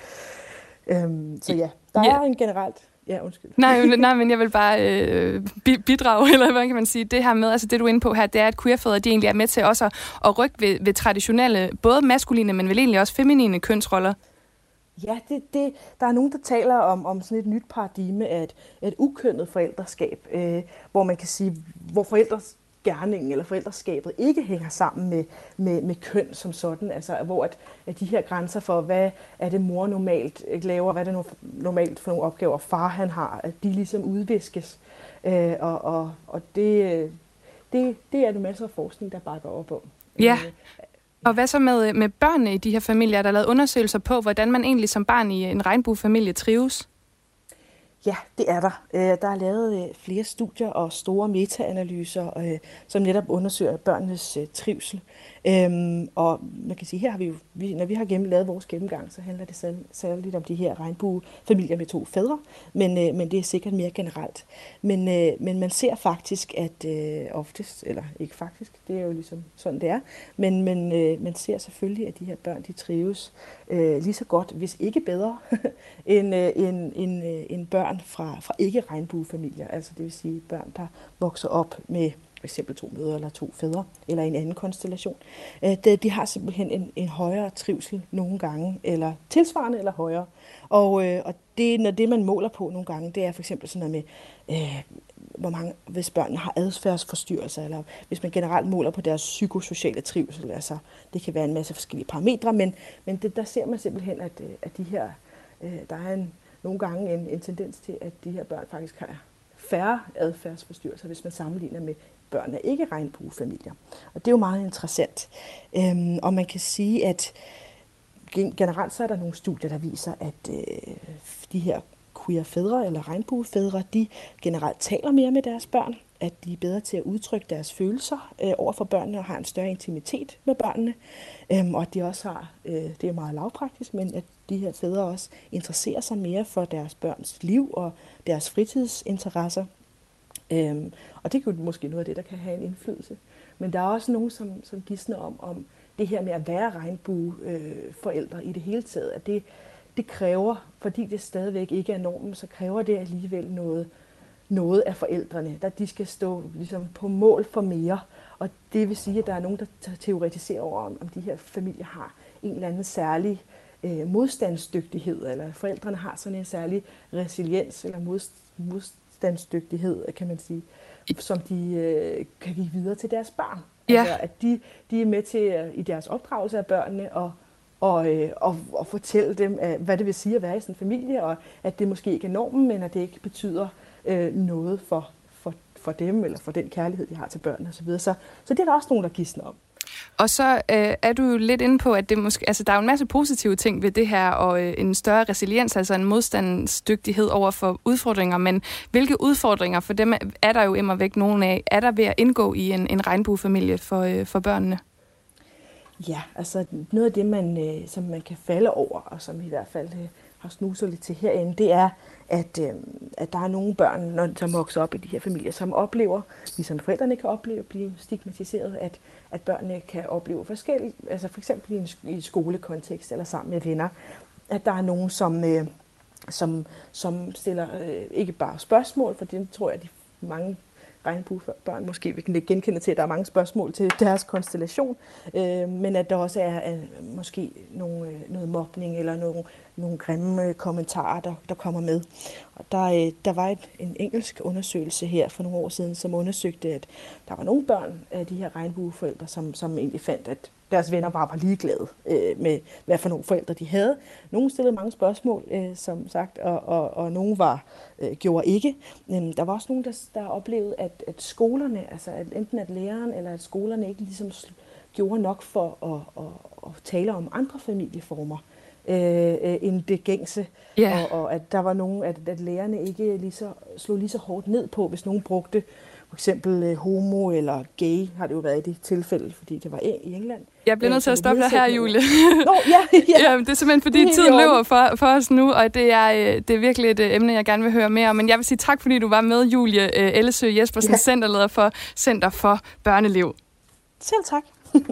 Så ja, der er en generelt... Ja, undskyld. Nej, men jeg vil bare bidrage, eller hvad kan man sige, det her med, altså det du er inde på her, det er, at queerfædre, de egentlig er med til også at rykke ved traditionelle, både maskuline, men vel egentlig også feminine kønsroller. Ja, der er nogen, der taler om sådan et nyt paradigme af et ukønnet forældreskab, hvor man kan sige, hvor forældres gerningen eller forældreskabet ikke hænger sammen med køn som sådan, altså hvor at de her grænser for, hvad er det mor normalt laver, hvad er det normalt for nogle opgaver far han har, at de ligesom udviskes, og det er det masser af forskning, der bakker op om. Ja. Og hvad så med børnene i de her familier? Der er lavet undersøgelser på, hvordan man egentlig som barn i en regnbuefamilie trives? Ja, det er der. Der er lavet flere studier og store metaanalyser, som netop undersøger børnenes trivsel. Og man kan sige, her har vi jo, når vi har lavet vores gennemgang, så handler det særligt om de her regnbuefamilier med 2 fædre, men det er sikkert mere generelt. Men man ser faktisk, at oftest, eller ikke faktisk, det er jo ligesom sådan det er, men man ser selvfølgelig, at de her børn, de trives lige så godt, hvis ikke bedre, end børn fra ikke-regnbuefamilier. Altså det vil sige børn, der vokser op med for eksempel 2 mødre eller 2 fædre, eller en anden konstellation. De har simpelthen en højere trivsel nogle gange, eller tilsvarende eller højere. Og det, når det, man måler på nogle gange, det er for eksempel sådan noget med, hvis børnene har adfærdsforstyrrelser, eller hvis man generelt måler på deres psykosociale trivsel. Altså, det kan være en masse forskellige parametre, men der ser man simpelthen, at de her, der er nogle gange en tendens til, at de her børn faktisk har færre adfærdsforstyrrelser, hvis man sammenligner med børn af ikke-regnbuefamilier. Og det er jo meget interessant. Og man kan sige, at generelt så er der nogle studier, der viser, at de her queer-fædre eller regnbuefædre, de generelt taler mere med deres børn, at de er bedre til at udtrykke deres følelser over for børnene og har en større intimitet med børnene. Og at de også har, det er meget lavpraktisk, men at de her fædre også interesserer sig mere for deres børns liv og deres fritidsinteresser. Og det er jo måske noget af det, der kan have en indflydelse. Men der er også nogen, som gisner om det her med at være regnbueforældre i det hele taget. At det kræver, fordi det stadigvæk ikke er normen, så kræver det alligevel noget af forældrene, der de skal stå ligesom på mål for mere. Og det vil sige, at der er nogen, der teoretiserer over, om de her familier har en eller anden særlig modstandsdygtighed, eller forældrene har sådan en særlig resiliens eller modstandsdygtighed, kan man sige, som de kan give videre til deres barn. Ja. Altså, at de er med til i deres opdragelse af børnene og fortælle dem, hvad det vil sige at være i sådan en familie, og at det måske ikke er normen, men at det ikke betyder noget for dem, eller for den kærlighed, de har til børnene osv. Så det er der også nogen, der gisner om. Og så er du jo lidt inde på, at det måske, altså, der er jo en masse positive ting ved det her, og en større resiliens, altså en modstandsdygtighed over for udfordringer, men hvilke udfordringer for dem er der jo immer væk nogen af? Er der ved at indgå i en regnbuefamilie for børnene? Ja, altså noget af det, som man kan falde over, og som i hvert fald har snuset lidt til herinde, det er, at der er nogle børn, som vokser op i de her familier, som oplever, ligesom forældrene kan opleve, at blive stigmatiseret, at børnene kan opleve forskelligt, altså for eksempel i en skolekontekst eller sammen med venner, at der er nogen, som stiller ikke bare spørgsmål, for det tror jeg, at mange regnbuebørn måske vil genkende til, at der er mange spørgsmål til deres konstellation, men at der også er måske noget mobning eller nogle grimme kommentarer, der kommer med. Og der var en engelsk undersøgelse her for nogle år siden, som undersøgte, at der var nogle børn af de her regnbueforældre, som egentlig fandt, at deres venner bare var ligeglade med, hvad for nogle forældre de havde. Nogle stillede mange spørgsmål, som sagt, og nogle gjorde ikke. Der var også nogen, der oplevede, at skolerne, altså enten at læreren eller at skolerne ikke ligesom gjorde nok for at tale om andre familieformer end det gængse. Yeah. Og at der var nogen, at lærerne ikke slog lige så hårdt ned på, hvis nogen brugte for eksempel homo eller gay, har det jo været i det tilfælde, fordi det var i England. Jeg bliver nødt til at stoppe dig her, Julie. Nå, ja. Jamen, det er simpelthen fordi tiden løber for os nu, og det er virkelig et emne, jeg gerne vil høre mere om. Men jeg vil sige tak, fordi du var med, Julie Ellesø Jespersen, centerleder for Center for Børneliv. Selv tak.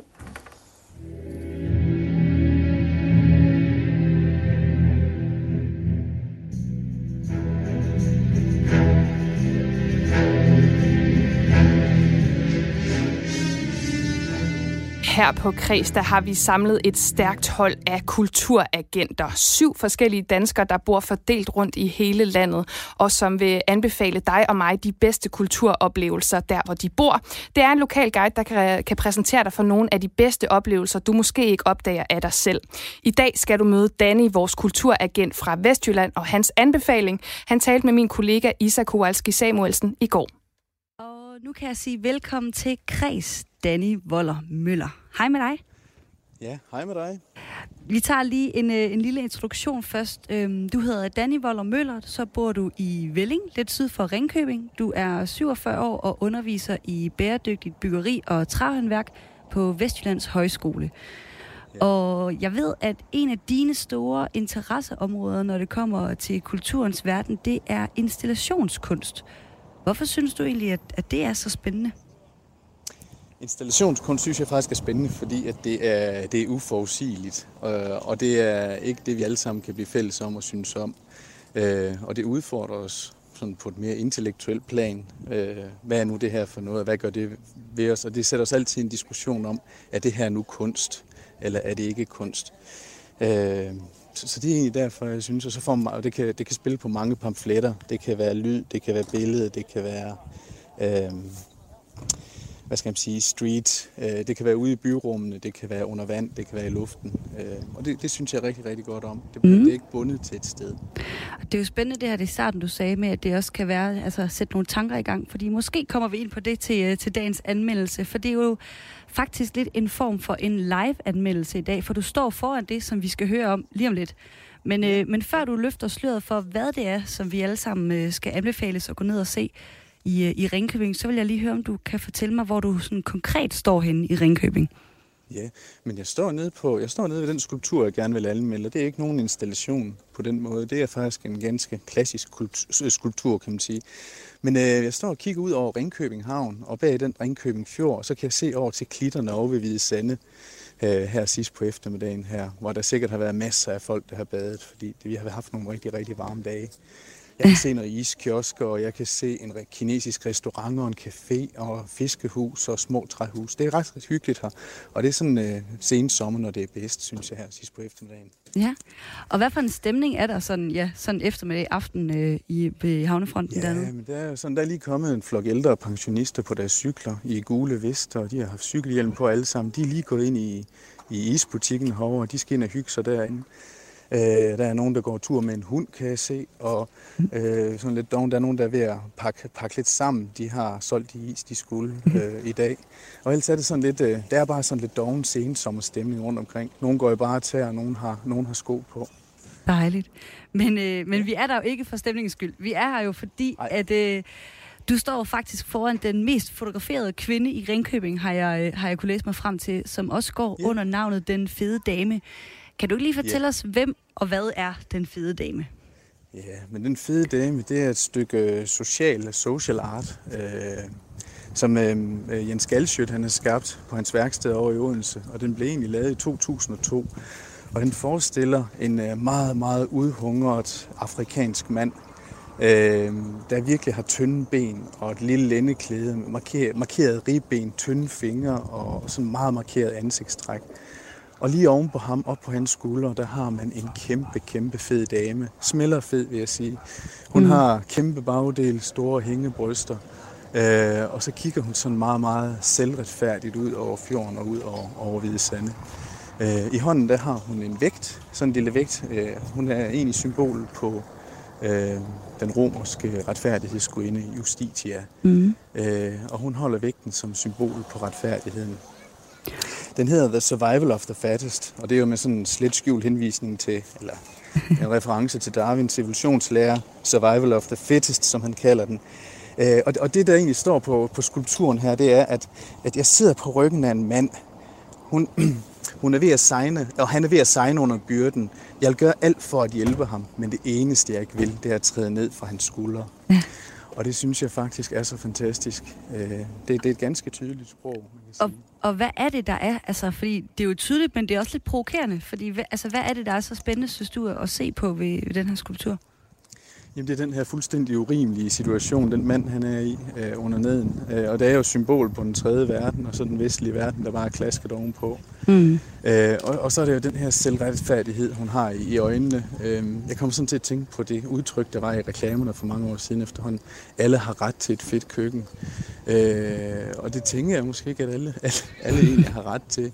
Her på Kreds, der har vi samlet et stærkt hold af kulturagenter. 7 forskellige danskere, der bor fordelt rundt i hele landet, og som vil anbefale dig og mig de bedste kulturoplevelser der, hvor de bor. Det er en lokal guide, der kan præsentere dig for nogle af de bedste oplevelser, du måske ikke opdager af dig selv. I dag skal du møde Danny, vores kulturagent fra Vestjylland, og hans anbefaling. Han talte med min kollega Isa Kowalski Samuelsen i går. Og nu kan jeg sige velkommen til Kreds, Danny Woller Møller. Hej med dig. Ja, hej med dig. Vi tager lige en lille introduktion først. Du hedder Danny Voller Møller, så bor du i Velling, lidt syd for Ringkøbing. Du er 47 år og underviser i bæredygtigt byggeri og træhåndværk på Vestjyllands Højskole. Ja. Og jeg ved, at en af dine store interesseområder, når det kommer til kulturens verden, det er installationskunst. Hvorfor synes du egentlig, at det er så spændende? Installationskunst synes jeg faktisk er spændende, fordi at det er uforudsigeligt, og det er ikke det, vi alle sammen kan blive fælles om og synes om. Og det udfordrer os sådan på et mere intellektuelt plan. Hvad er nu det her for noget, og hvad gør det ved os? Og det sætter os altid en diskussion om, er det her nu kunst, eller er det ikke kunst? Så det er egentlig derfor, jeg synes, og så får man, og det kan spille på mange pamfletter. Det kan være lyd, det kan være billede, det kan være hvad skal man sige, street. Det kan være ude i byrummene, det kan være under vand, det kan være i luften. Og det synes jeg rigtig, rigtig godt om. Det er ikke bundet til et sted. Det er jo spændende det her, det i starten, du sagde med, at det også kan være altså sætte nogle tanker i gang. Fordi måske kommer vi ind på det til dagens anmeldelse, for det er jo faktisk lidt en form for en live-anmeldelse i dag, for du står foran det, som vi skal høre om lige om lidt. Men før du løfter sløret for, hvad det er, som vi alle sammen skal anbefales at gå ned og se i Ringkøbing, så vil jeg lige høre, om du kan fortælle mig, hvor du sådan konkret står henne i Ringkøbing. Ja, men jeg står nede ved den skulptur, jeg gerne vil anmelde. Det er ikke nogen installation på den måde. Det er faktisk en ganske klassisk skulptur, kan man sige. Men jeg står og kigger ud over Ringkøbing Havn, og bag den Ringkøbing Fjord, så kan jeg se over til klitterne over ved Hvide Sande her sidst på eftermiddagen her, hvor der sikkert har været masser af folk, der har badet, fordi vi har haft nogle rigtig, rigtig varme dage. Jeg kan se noget iskiosker, og jeg kan se en kinesisk restaurant og en café og fiskehus og små træhus. Det er ret hyggeligt her, og det er sådan sen sommer, når det er bedst, synes jeg, her sidst på eftermiddagen. Ja, og hvad for en stemning er der sådan eftermiddag aften ved havnefronten dernede? Ja, men der er lige kommet en flok ældre pensionister på deres cykler i gule vester, og de har haft cykelhjelm på alle sammen. De er lige gået ind i isbutikken herovre, og de skal ind og hygge sig derinde. Der er nogen, der går tur med en hund, kan jeg se, og sådan lidt doven. Der er nogen, der er ved at pakke lidt sammen. De har solgt de is, de skulle i dag. Og ellers er det sådan lidt, der er bare sådan lidt doven sensommerstemning rundt omkring. Nogen går i bare tæer, og nogen har sko på. Dejligt. Men vi er der jo ikke for stemningens skyld. Vi er her jo fordi, at du står faktisk foran den mest fotograferede kvinde i Ringkøbing, har jeg kunne læse mig frem til, som også går under navnet Den Fede Dame. Kan du lige fortælle os, hvem og hvad er Den Fede Dame? Ja, men Den Fede Dame, det er et stykke social art, som Jens Galschiøt han har skabt på hans værksted over i Odense, og den blev egentlig lavet i 2002. Og den forestiller en meget, meget udhungret afrikansk mand, der virkelig har tynde ben og et lille lændeklæde, markeret ribben, tynde fingre og sådan meget markeret ansigtstræk. Og lige oven på ham, op på hans skuldre, der har man en kæmpe, kæmpe fed dame. Smellerfed, vil jeg sige. Hun har kæmpe bagdel, store hængebryster. Og så kigger hun sådan meget, meget selvretfærdigt ud over fjorden og ud over Hvide Sande. I hånden, der har hun en vægt, sådan en lille vægt. Hun er egentlig symbol på den romerske retfærdighedsgudinde Justitia. Og hun holder vægten som symbol på retfærdigheden. Den hedder The Survival of the Fattest, og det er jo med sådan en slet skjult henvisning til, eller en reference til Darwins evolutionslære, Survival of the Fittest, som han kalder den. Og det, der egentlig står på skulpturen her, det er, at jeg sidder på ryggen af en mand. Hun er ved at sejne, og han er ved at sejne under byrden. Jeg vil gøre alt for at hjælpe ham, men det eneste, jeg ikke vil, det er at træde ned fra hans skuldre. Ja. Og det synes jeg faktisk er så fantastisk. Det er et ganske tydeligt sprog, man kan sige. Og hvad er det, der er? Altså, fordi det er jo tydeligt, men det er også lidt provokerende. Fordi, hvad er det, der er så spændende, synes du, at se på ved den her skulptur? Jamen, det er den her fuldstændig urimelige situation, den mand, han er i under neden. Og det er jo symbol på den tredje verden, og så den vestlige verden, der bare er klasket ovenpå. Og så er det jo den her selvretfærdighed, hun har i øjnene. Jeg kommer sådan til at tænke på det udtryk, der var i reklamerne for mange år siden efterhånden. Alle har ret til et fedt køkken. Og det tænker jeg måske ikke, at alle egentlig har ret til.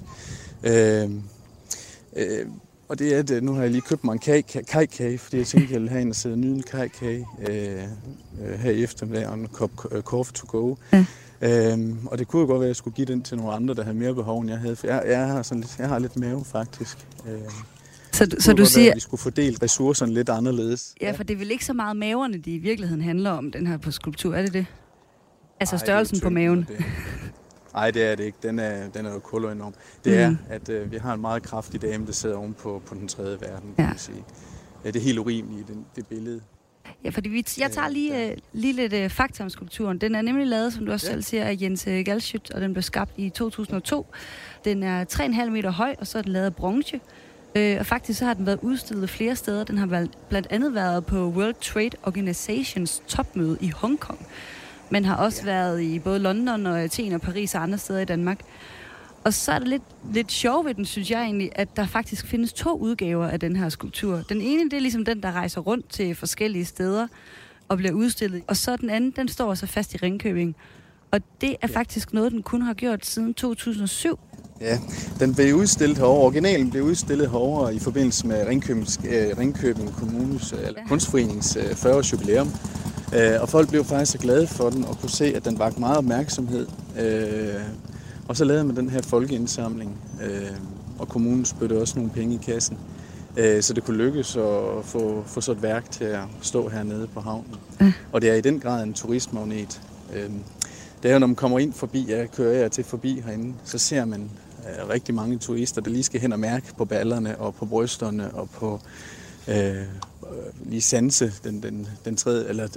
Og det er det, nu har jeg lige købt mig en kajkage, fordi jeg tænkte, at jeg ville have en at sidde og nyde en kajkage her i eftermiddag, og en kop coffee to go. Ja. Og det kunne jo godt være, at jeg skulle give den til nogle andre, der havde mere behov, end jeg havde, for jeg har lidt mave faktisk. Så du siger, at vi skulle fordele ressourcerne lidt anderledes. Ja, for det er vel ikke så meget maverne, de i virkeligheden handler om, den her på skulptur, er det det? Altså størrelsen på maven? Nej, det er det ikke. Den er jo koloenorm. Det er, at vi har en meget kraftig dame, der sidder oven på den tredje verden, kan man sige. Det er helt urimeligt, det billede. Ja, fordi jeg tager lige lidt fakta om skulpturen. Den er nemlig lavet, som du også selv siger, af Jens Galschiøt, og den blev skabt i 2002. Den er 3,5 meter høj, og så er den lavet af bronze. Og faktisk så har den været udstillet flere steder. Den har blandt andet været på World Trade Organizations topmøde i Hongkong. Men har også været i både London og Athen og Paris og andre steder i Danmark. Og så er det lidt sjovt ved den, synes jeg egentlig, at der faktisk findes 2 udgaver af den her skulptur. Den ene, det er ligesom den, der rejser rundt til forskellige steder og bliver udstillet. Og så den anden, den står så fast i Ringkøbing. Og det er faktisk noget, den kun har gjort siden 2007. Ja, den blev udstillet herovre. Originalen blev udstillet herovre i forbindelse med Ringkøbing Kommunes Kunstforenings 40-års jubilæum. Og folk blev faktisk så glade for den og kunne se, at den vakte meget opmærksomhed. Og så lavede man den her folkeindsamling, og kommunen spyttede også nogle penge i kassen, så det kunne lykkes at få så et værk til at stå hernede på havnen. Og det er i den grad en turistmagnet. Det er jo, når man kommer ind forbi, jeg kører til forbi herinde, så ser man rigtig mange turister, der lige skal hen og mærke på ballerne og på brysterne og på lige sanse den tredje, eller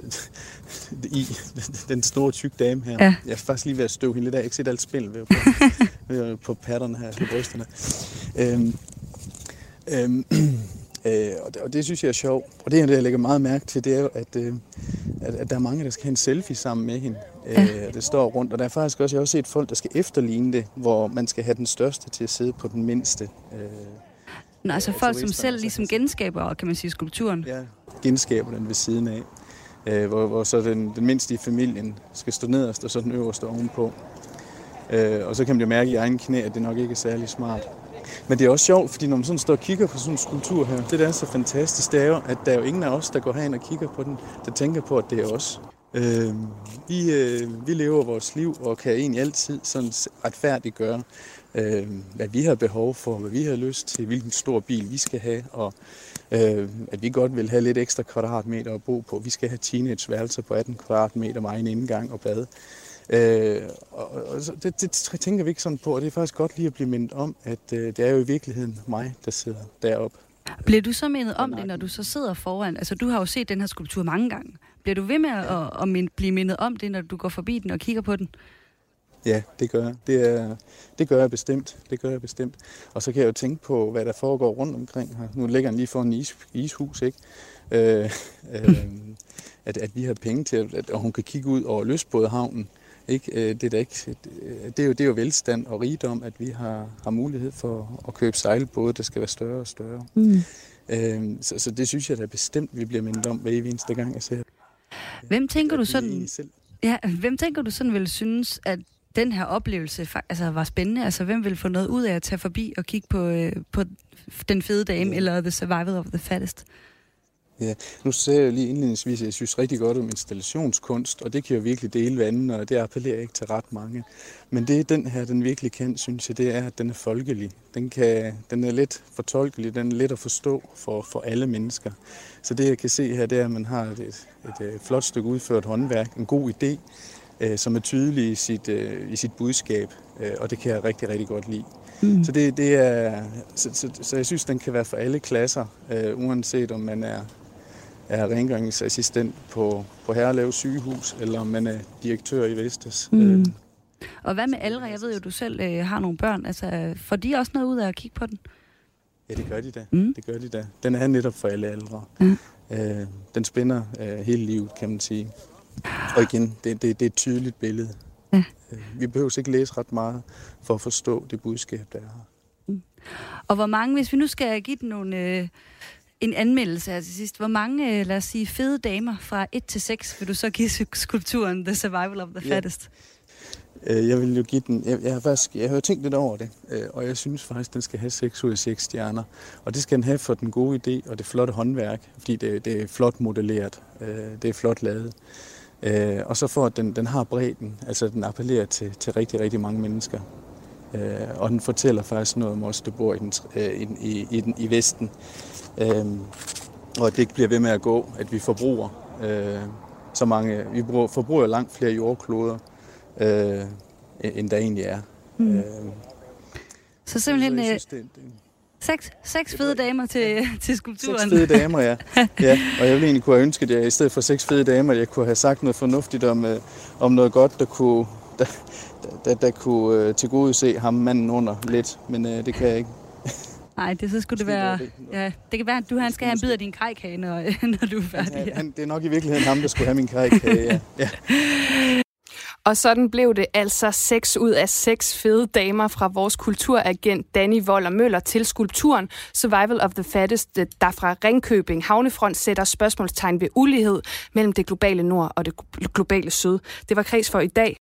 den store tyk dame her. Ja. Jeg er faktisk lige ved at støve hende lidt af. Jeg har ikke set alt spil på patterne her, på brysterne. Og det synes jeg er sjovt. Og det, jeg lægger meget mærke til, det er jo, at der er mange, der skal have en selfie sammen med hende. Det står rundt. Og der er faktisk også, jeg har også set folk, der skal efterligne det, hvor man skal have den største til at sidde på den mindste. Nå, altså folk, som selv ligesom genskaber, kan man sige, skulpturen? Ja, genskaber den ved siden af. Hvor så den mindste i familien skal stå nederst, og så den øverste ovenpå. Og så kan man jo mærke i egen knæ, at det nok ikke er særlig smart. Men det er også sjovt, fordi når man sådan står og kigger på sådan en skulptur her, det der er så fantastisk, det er jo, at der er jo ingen af os, der går herind og kigger på den, der tænker på, at det er os. Vi lever vores liv og kan egentlig altid sådan retfærdiggøre, hvad vi har behov for, hvad vi har lyst til, hvilken stor bil vi skal have, og at vi godt vil have lidt ekstra kvadratmeter at bo på. Vi skal have teenageværelser på 18 kvadratmeter med egen indgang og bad. Og det tænker vi ikke sådan på, og det er faktisk godt lige at blive mindet om, at det er jo i virkeligheden mig, der sidder deroppe. Bliver du så mindet om det, når du så sidder foran? Altså, du har jo set den her skulptur mange gange. Bliver du ved med at blive mindet om det, når du går forbi den og kigger på den? Ja, det gør jeg. Det gør jeg bestemt. Og så kan jeg jo tænke på, hvad der foregår rundt omkring her. Nu ligger den lige foran en ishus, ikke? At vi har penge til, at hun kan kigge ud over lystbådehavnen. Ikke? Det er jo velstand og rigdom, at vi har mulighed for at købe sejlbåde, der skal være større og større. Så det synes jeg da bestemt, vi bliver mindet om hver eneste gang, jeg ser det. Hvem tænker du sådan vil synes, at den her oplevelse var spændende? Altså, hvem vil få noget ud af at tage forbi og kigge på Den Fede Dame eller The Survival of the Fattest? Ja, nu sagde jeg lige indledningsvis, at jeg synes rigtig godt om installationskunst, og det kan jo virkelig dele vandet, og det appellerer ikke til ret mange. Men det den her, den virkelig kan, synes jeg, det er, at den er folkelig. Den er let fortolkelig, den er let at forstå for alle mennesker. Så det jeg kan se her, det er, at man har et flot stykke udført håndværk, en god idé, som er tydelig i sit budskab, og det kan jeg rigtig, rigtig godt lide. Så det er, så jeg synes, den kan være for alle klasser, uanset om man er rengøringsassistent på Herlev sygehus, eller om man er direktør i Vestas. Og hvad med aldre? Jeg ved jo, du selv har nogle børn. Altså, får de også noget ud af at kigge på den? Ja, det gør de da. Det gør de da. Den er netop for alle aldre. Den spænder hele livet, kan man sige. Og igen, det er et tydeligt billede. Ja. Vi behøver ikke læse ret meget for at forstå det budskab, der er her. Og hvor mange, hvis vi nu skal give den en anmeldelse her til sidst, hvor mange, lad os sige, fede damer fra 1 til 6 vil du så give skulpturen The Survival of the Fattest? Jeg vil jo give den, jeg har jo tænkt lidt over det, og jeg synes faktisk, den skal have 6 ud af 6 stjerner. Og det skal den have for den gode idé og det flotte håndværk, fordi det er flot modelleret, det er flot lavet. Og så for at den har bredden, altså den appellerer til rigtig, rigtig mange mennesker. Og den fortæller faktisk noget om os, der bor i Vesten. Og det bliver ved med at gå, at vi forbruger så mange. Vi forbruger langt flere jordkloder, end der egentlig er. Så simpelthen seks fede damer til skulpturen. 6 fede damer, ja. Ja. Og jeg ville egentlig kunne have ønsket, at jeg i stedet for 6 fede damer, jeg kunne have sagt noget fornuftigt om noget godt, der kunne tilgodese ham manden under lidt, men det kan jeg ikke. Nej, så skulle det være... Ja, det kan være, at han skal have en bid af din kajkage, når du er færdig. Ja. Det er nok i virkeligheden ham, der skulle have min kajkage, ja. Og sådan blev det altså 6 ud af 6 fede damer fra vores kulturagent Danny Voller Møller til skulpturen Survival of the Fattest, der fra Ringkøbing Havnefront sætter spørgsmålstegn ved ulighed mellem det globale nord og det globale syd. Det var Kreds for i dag.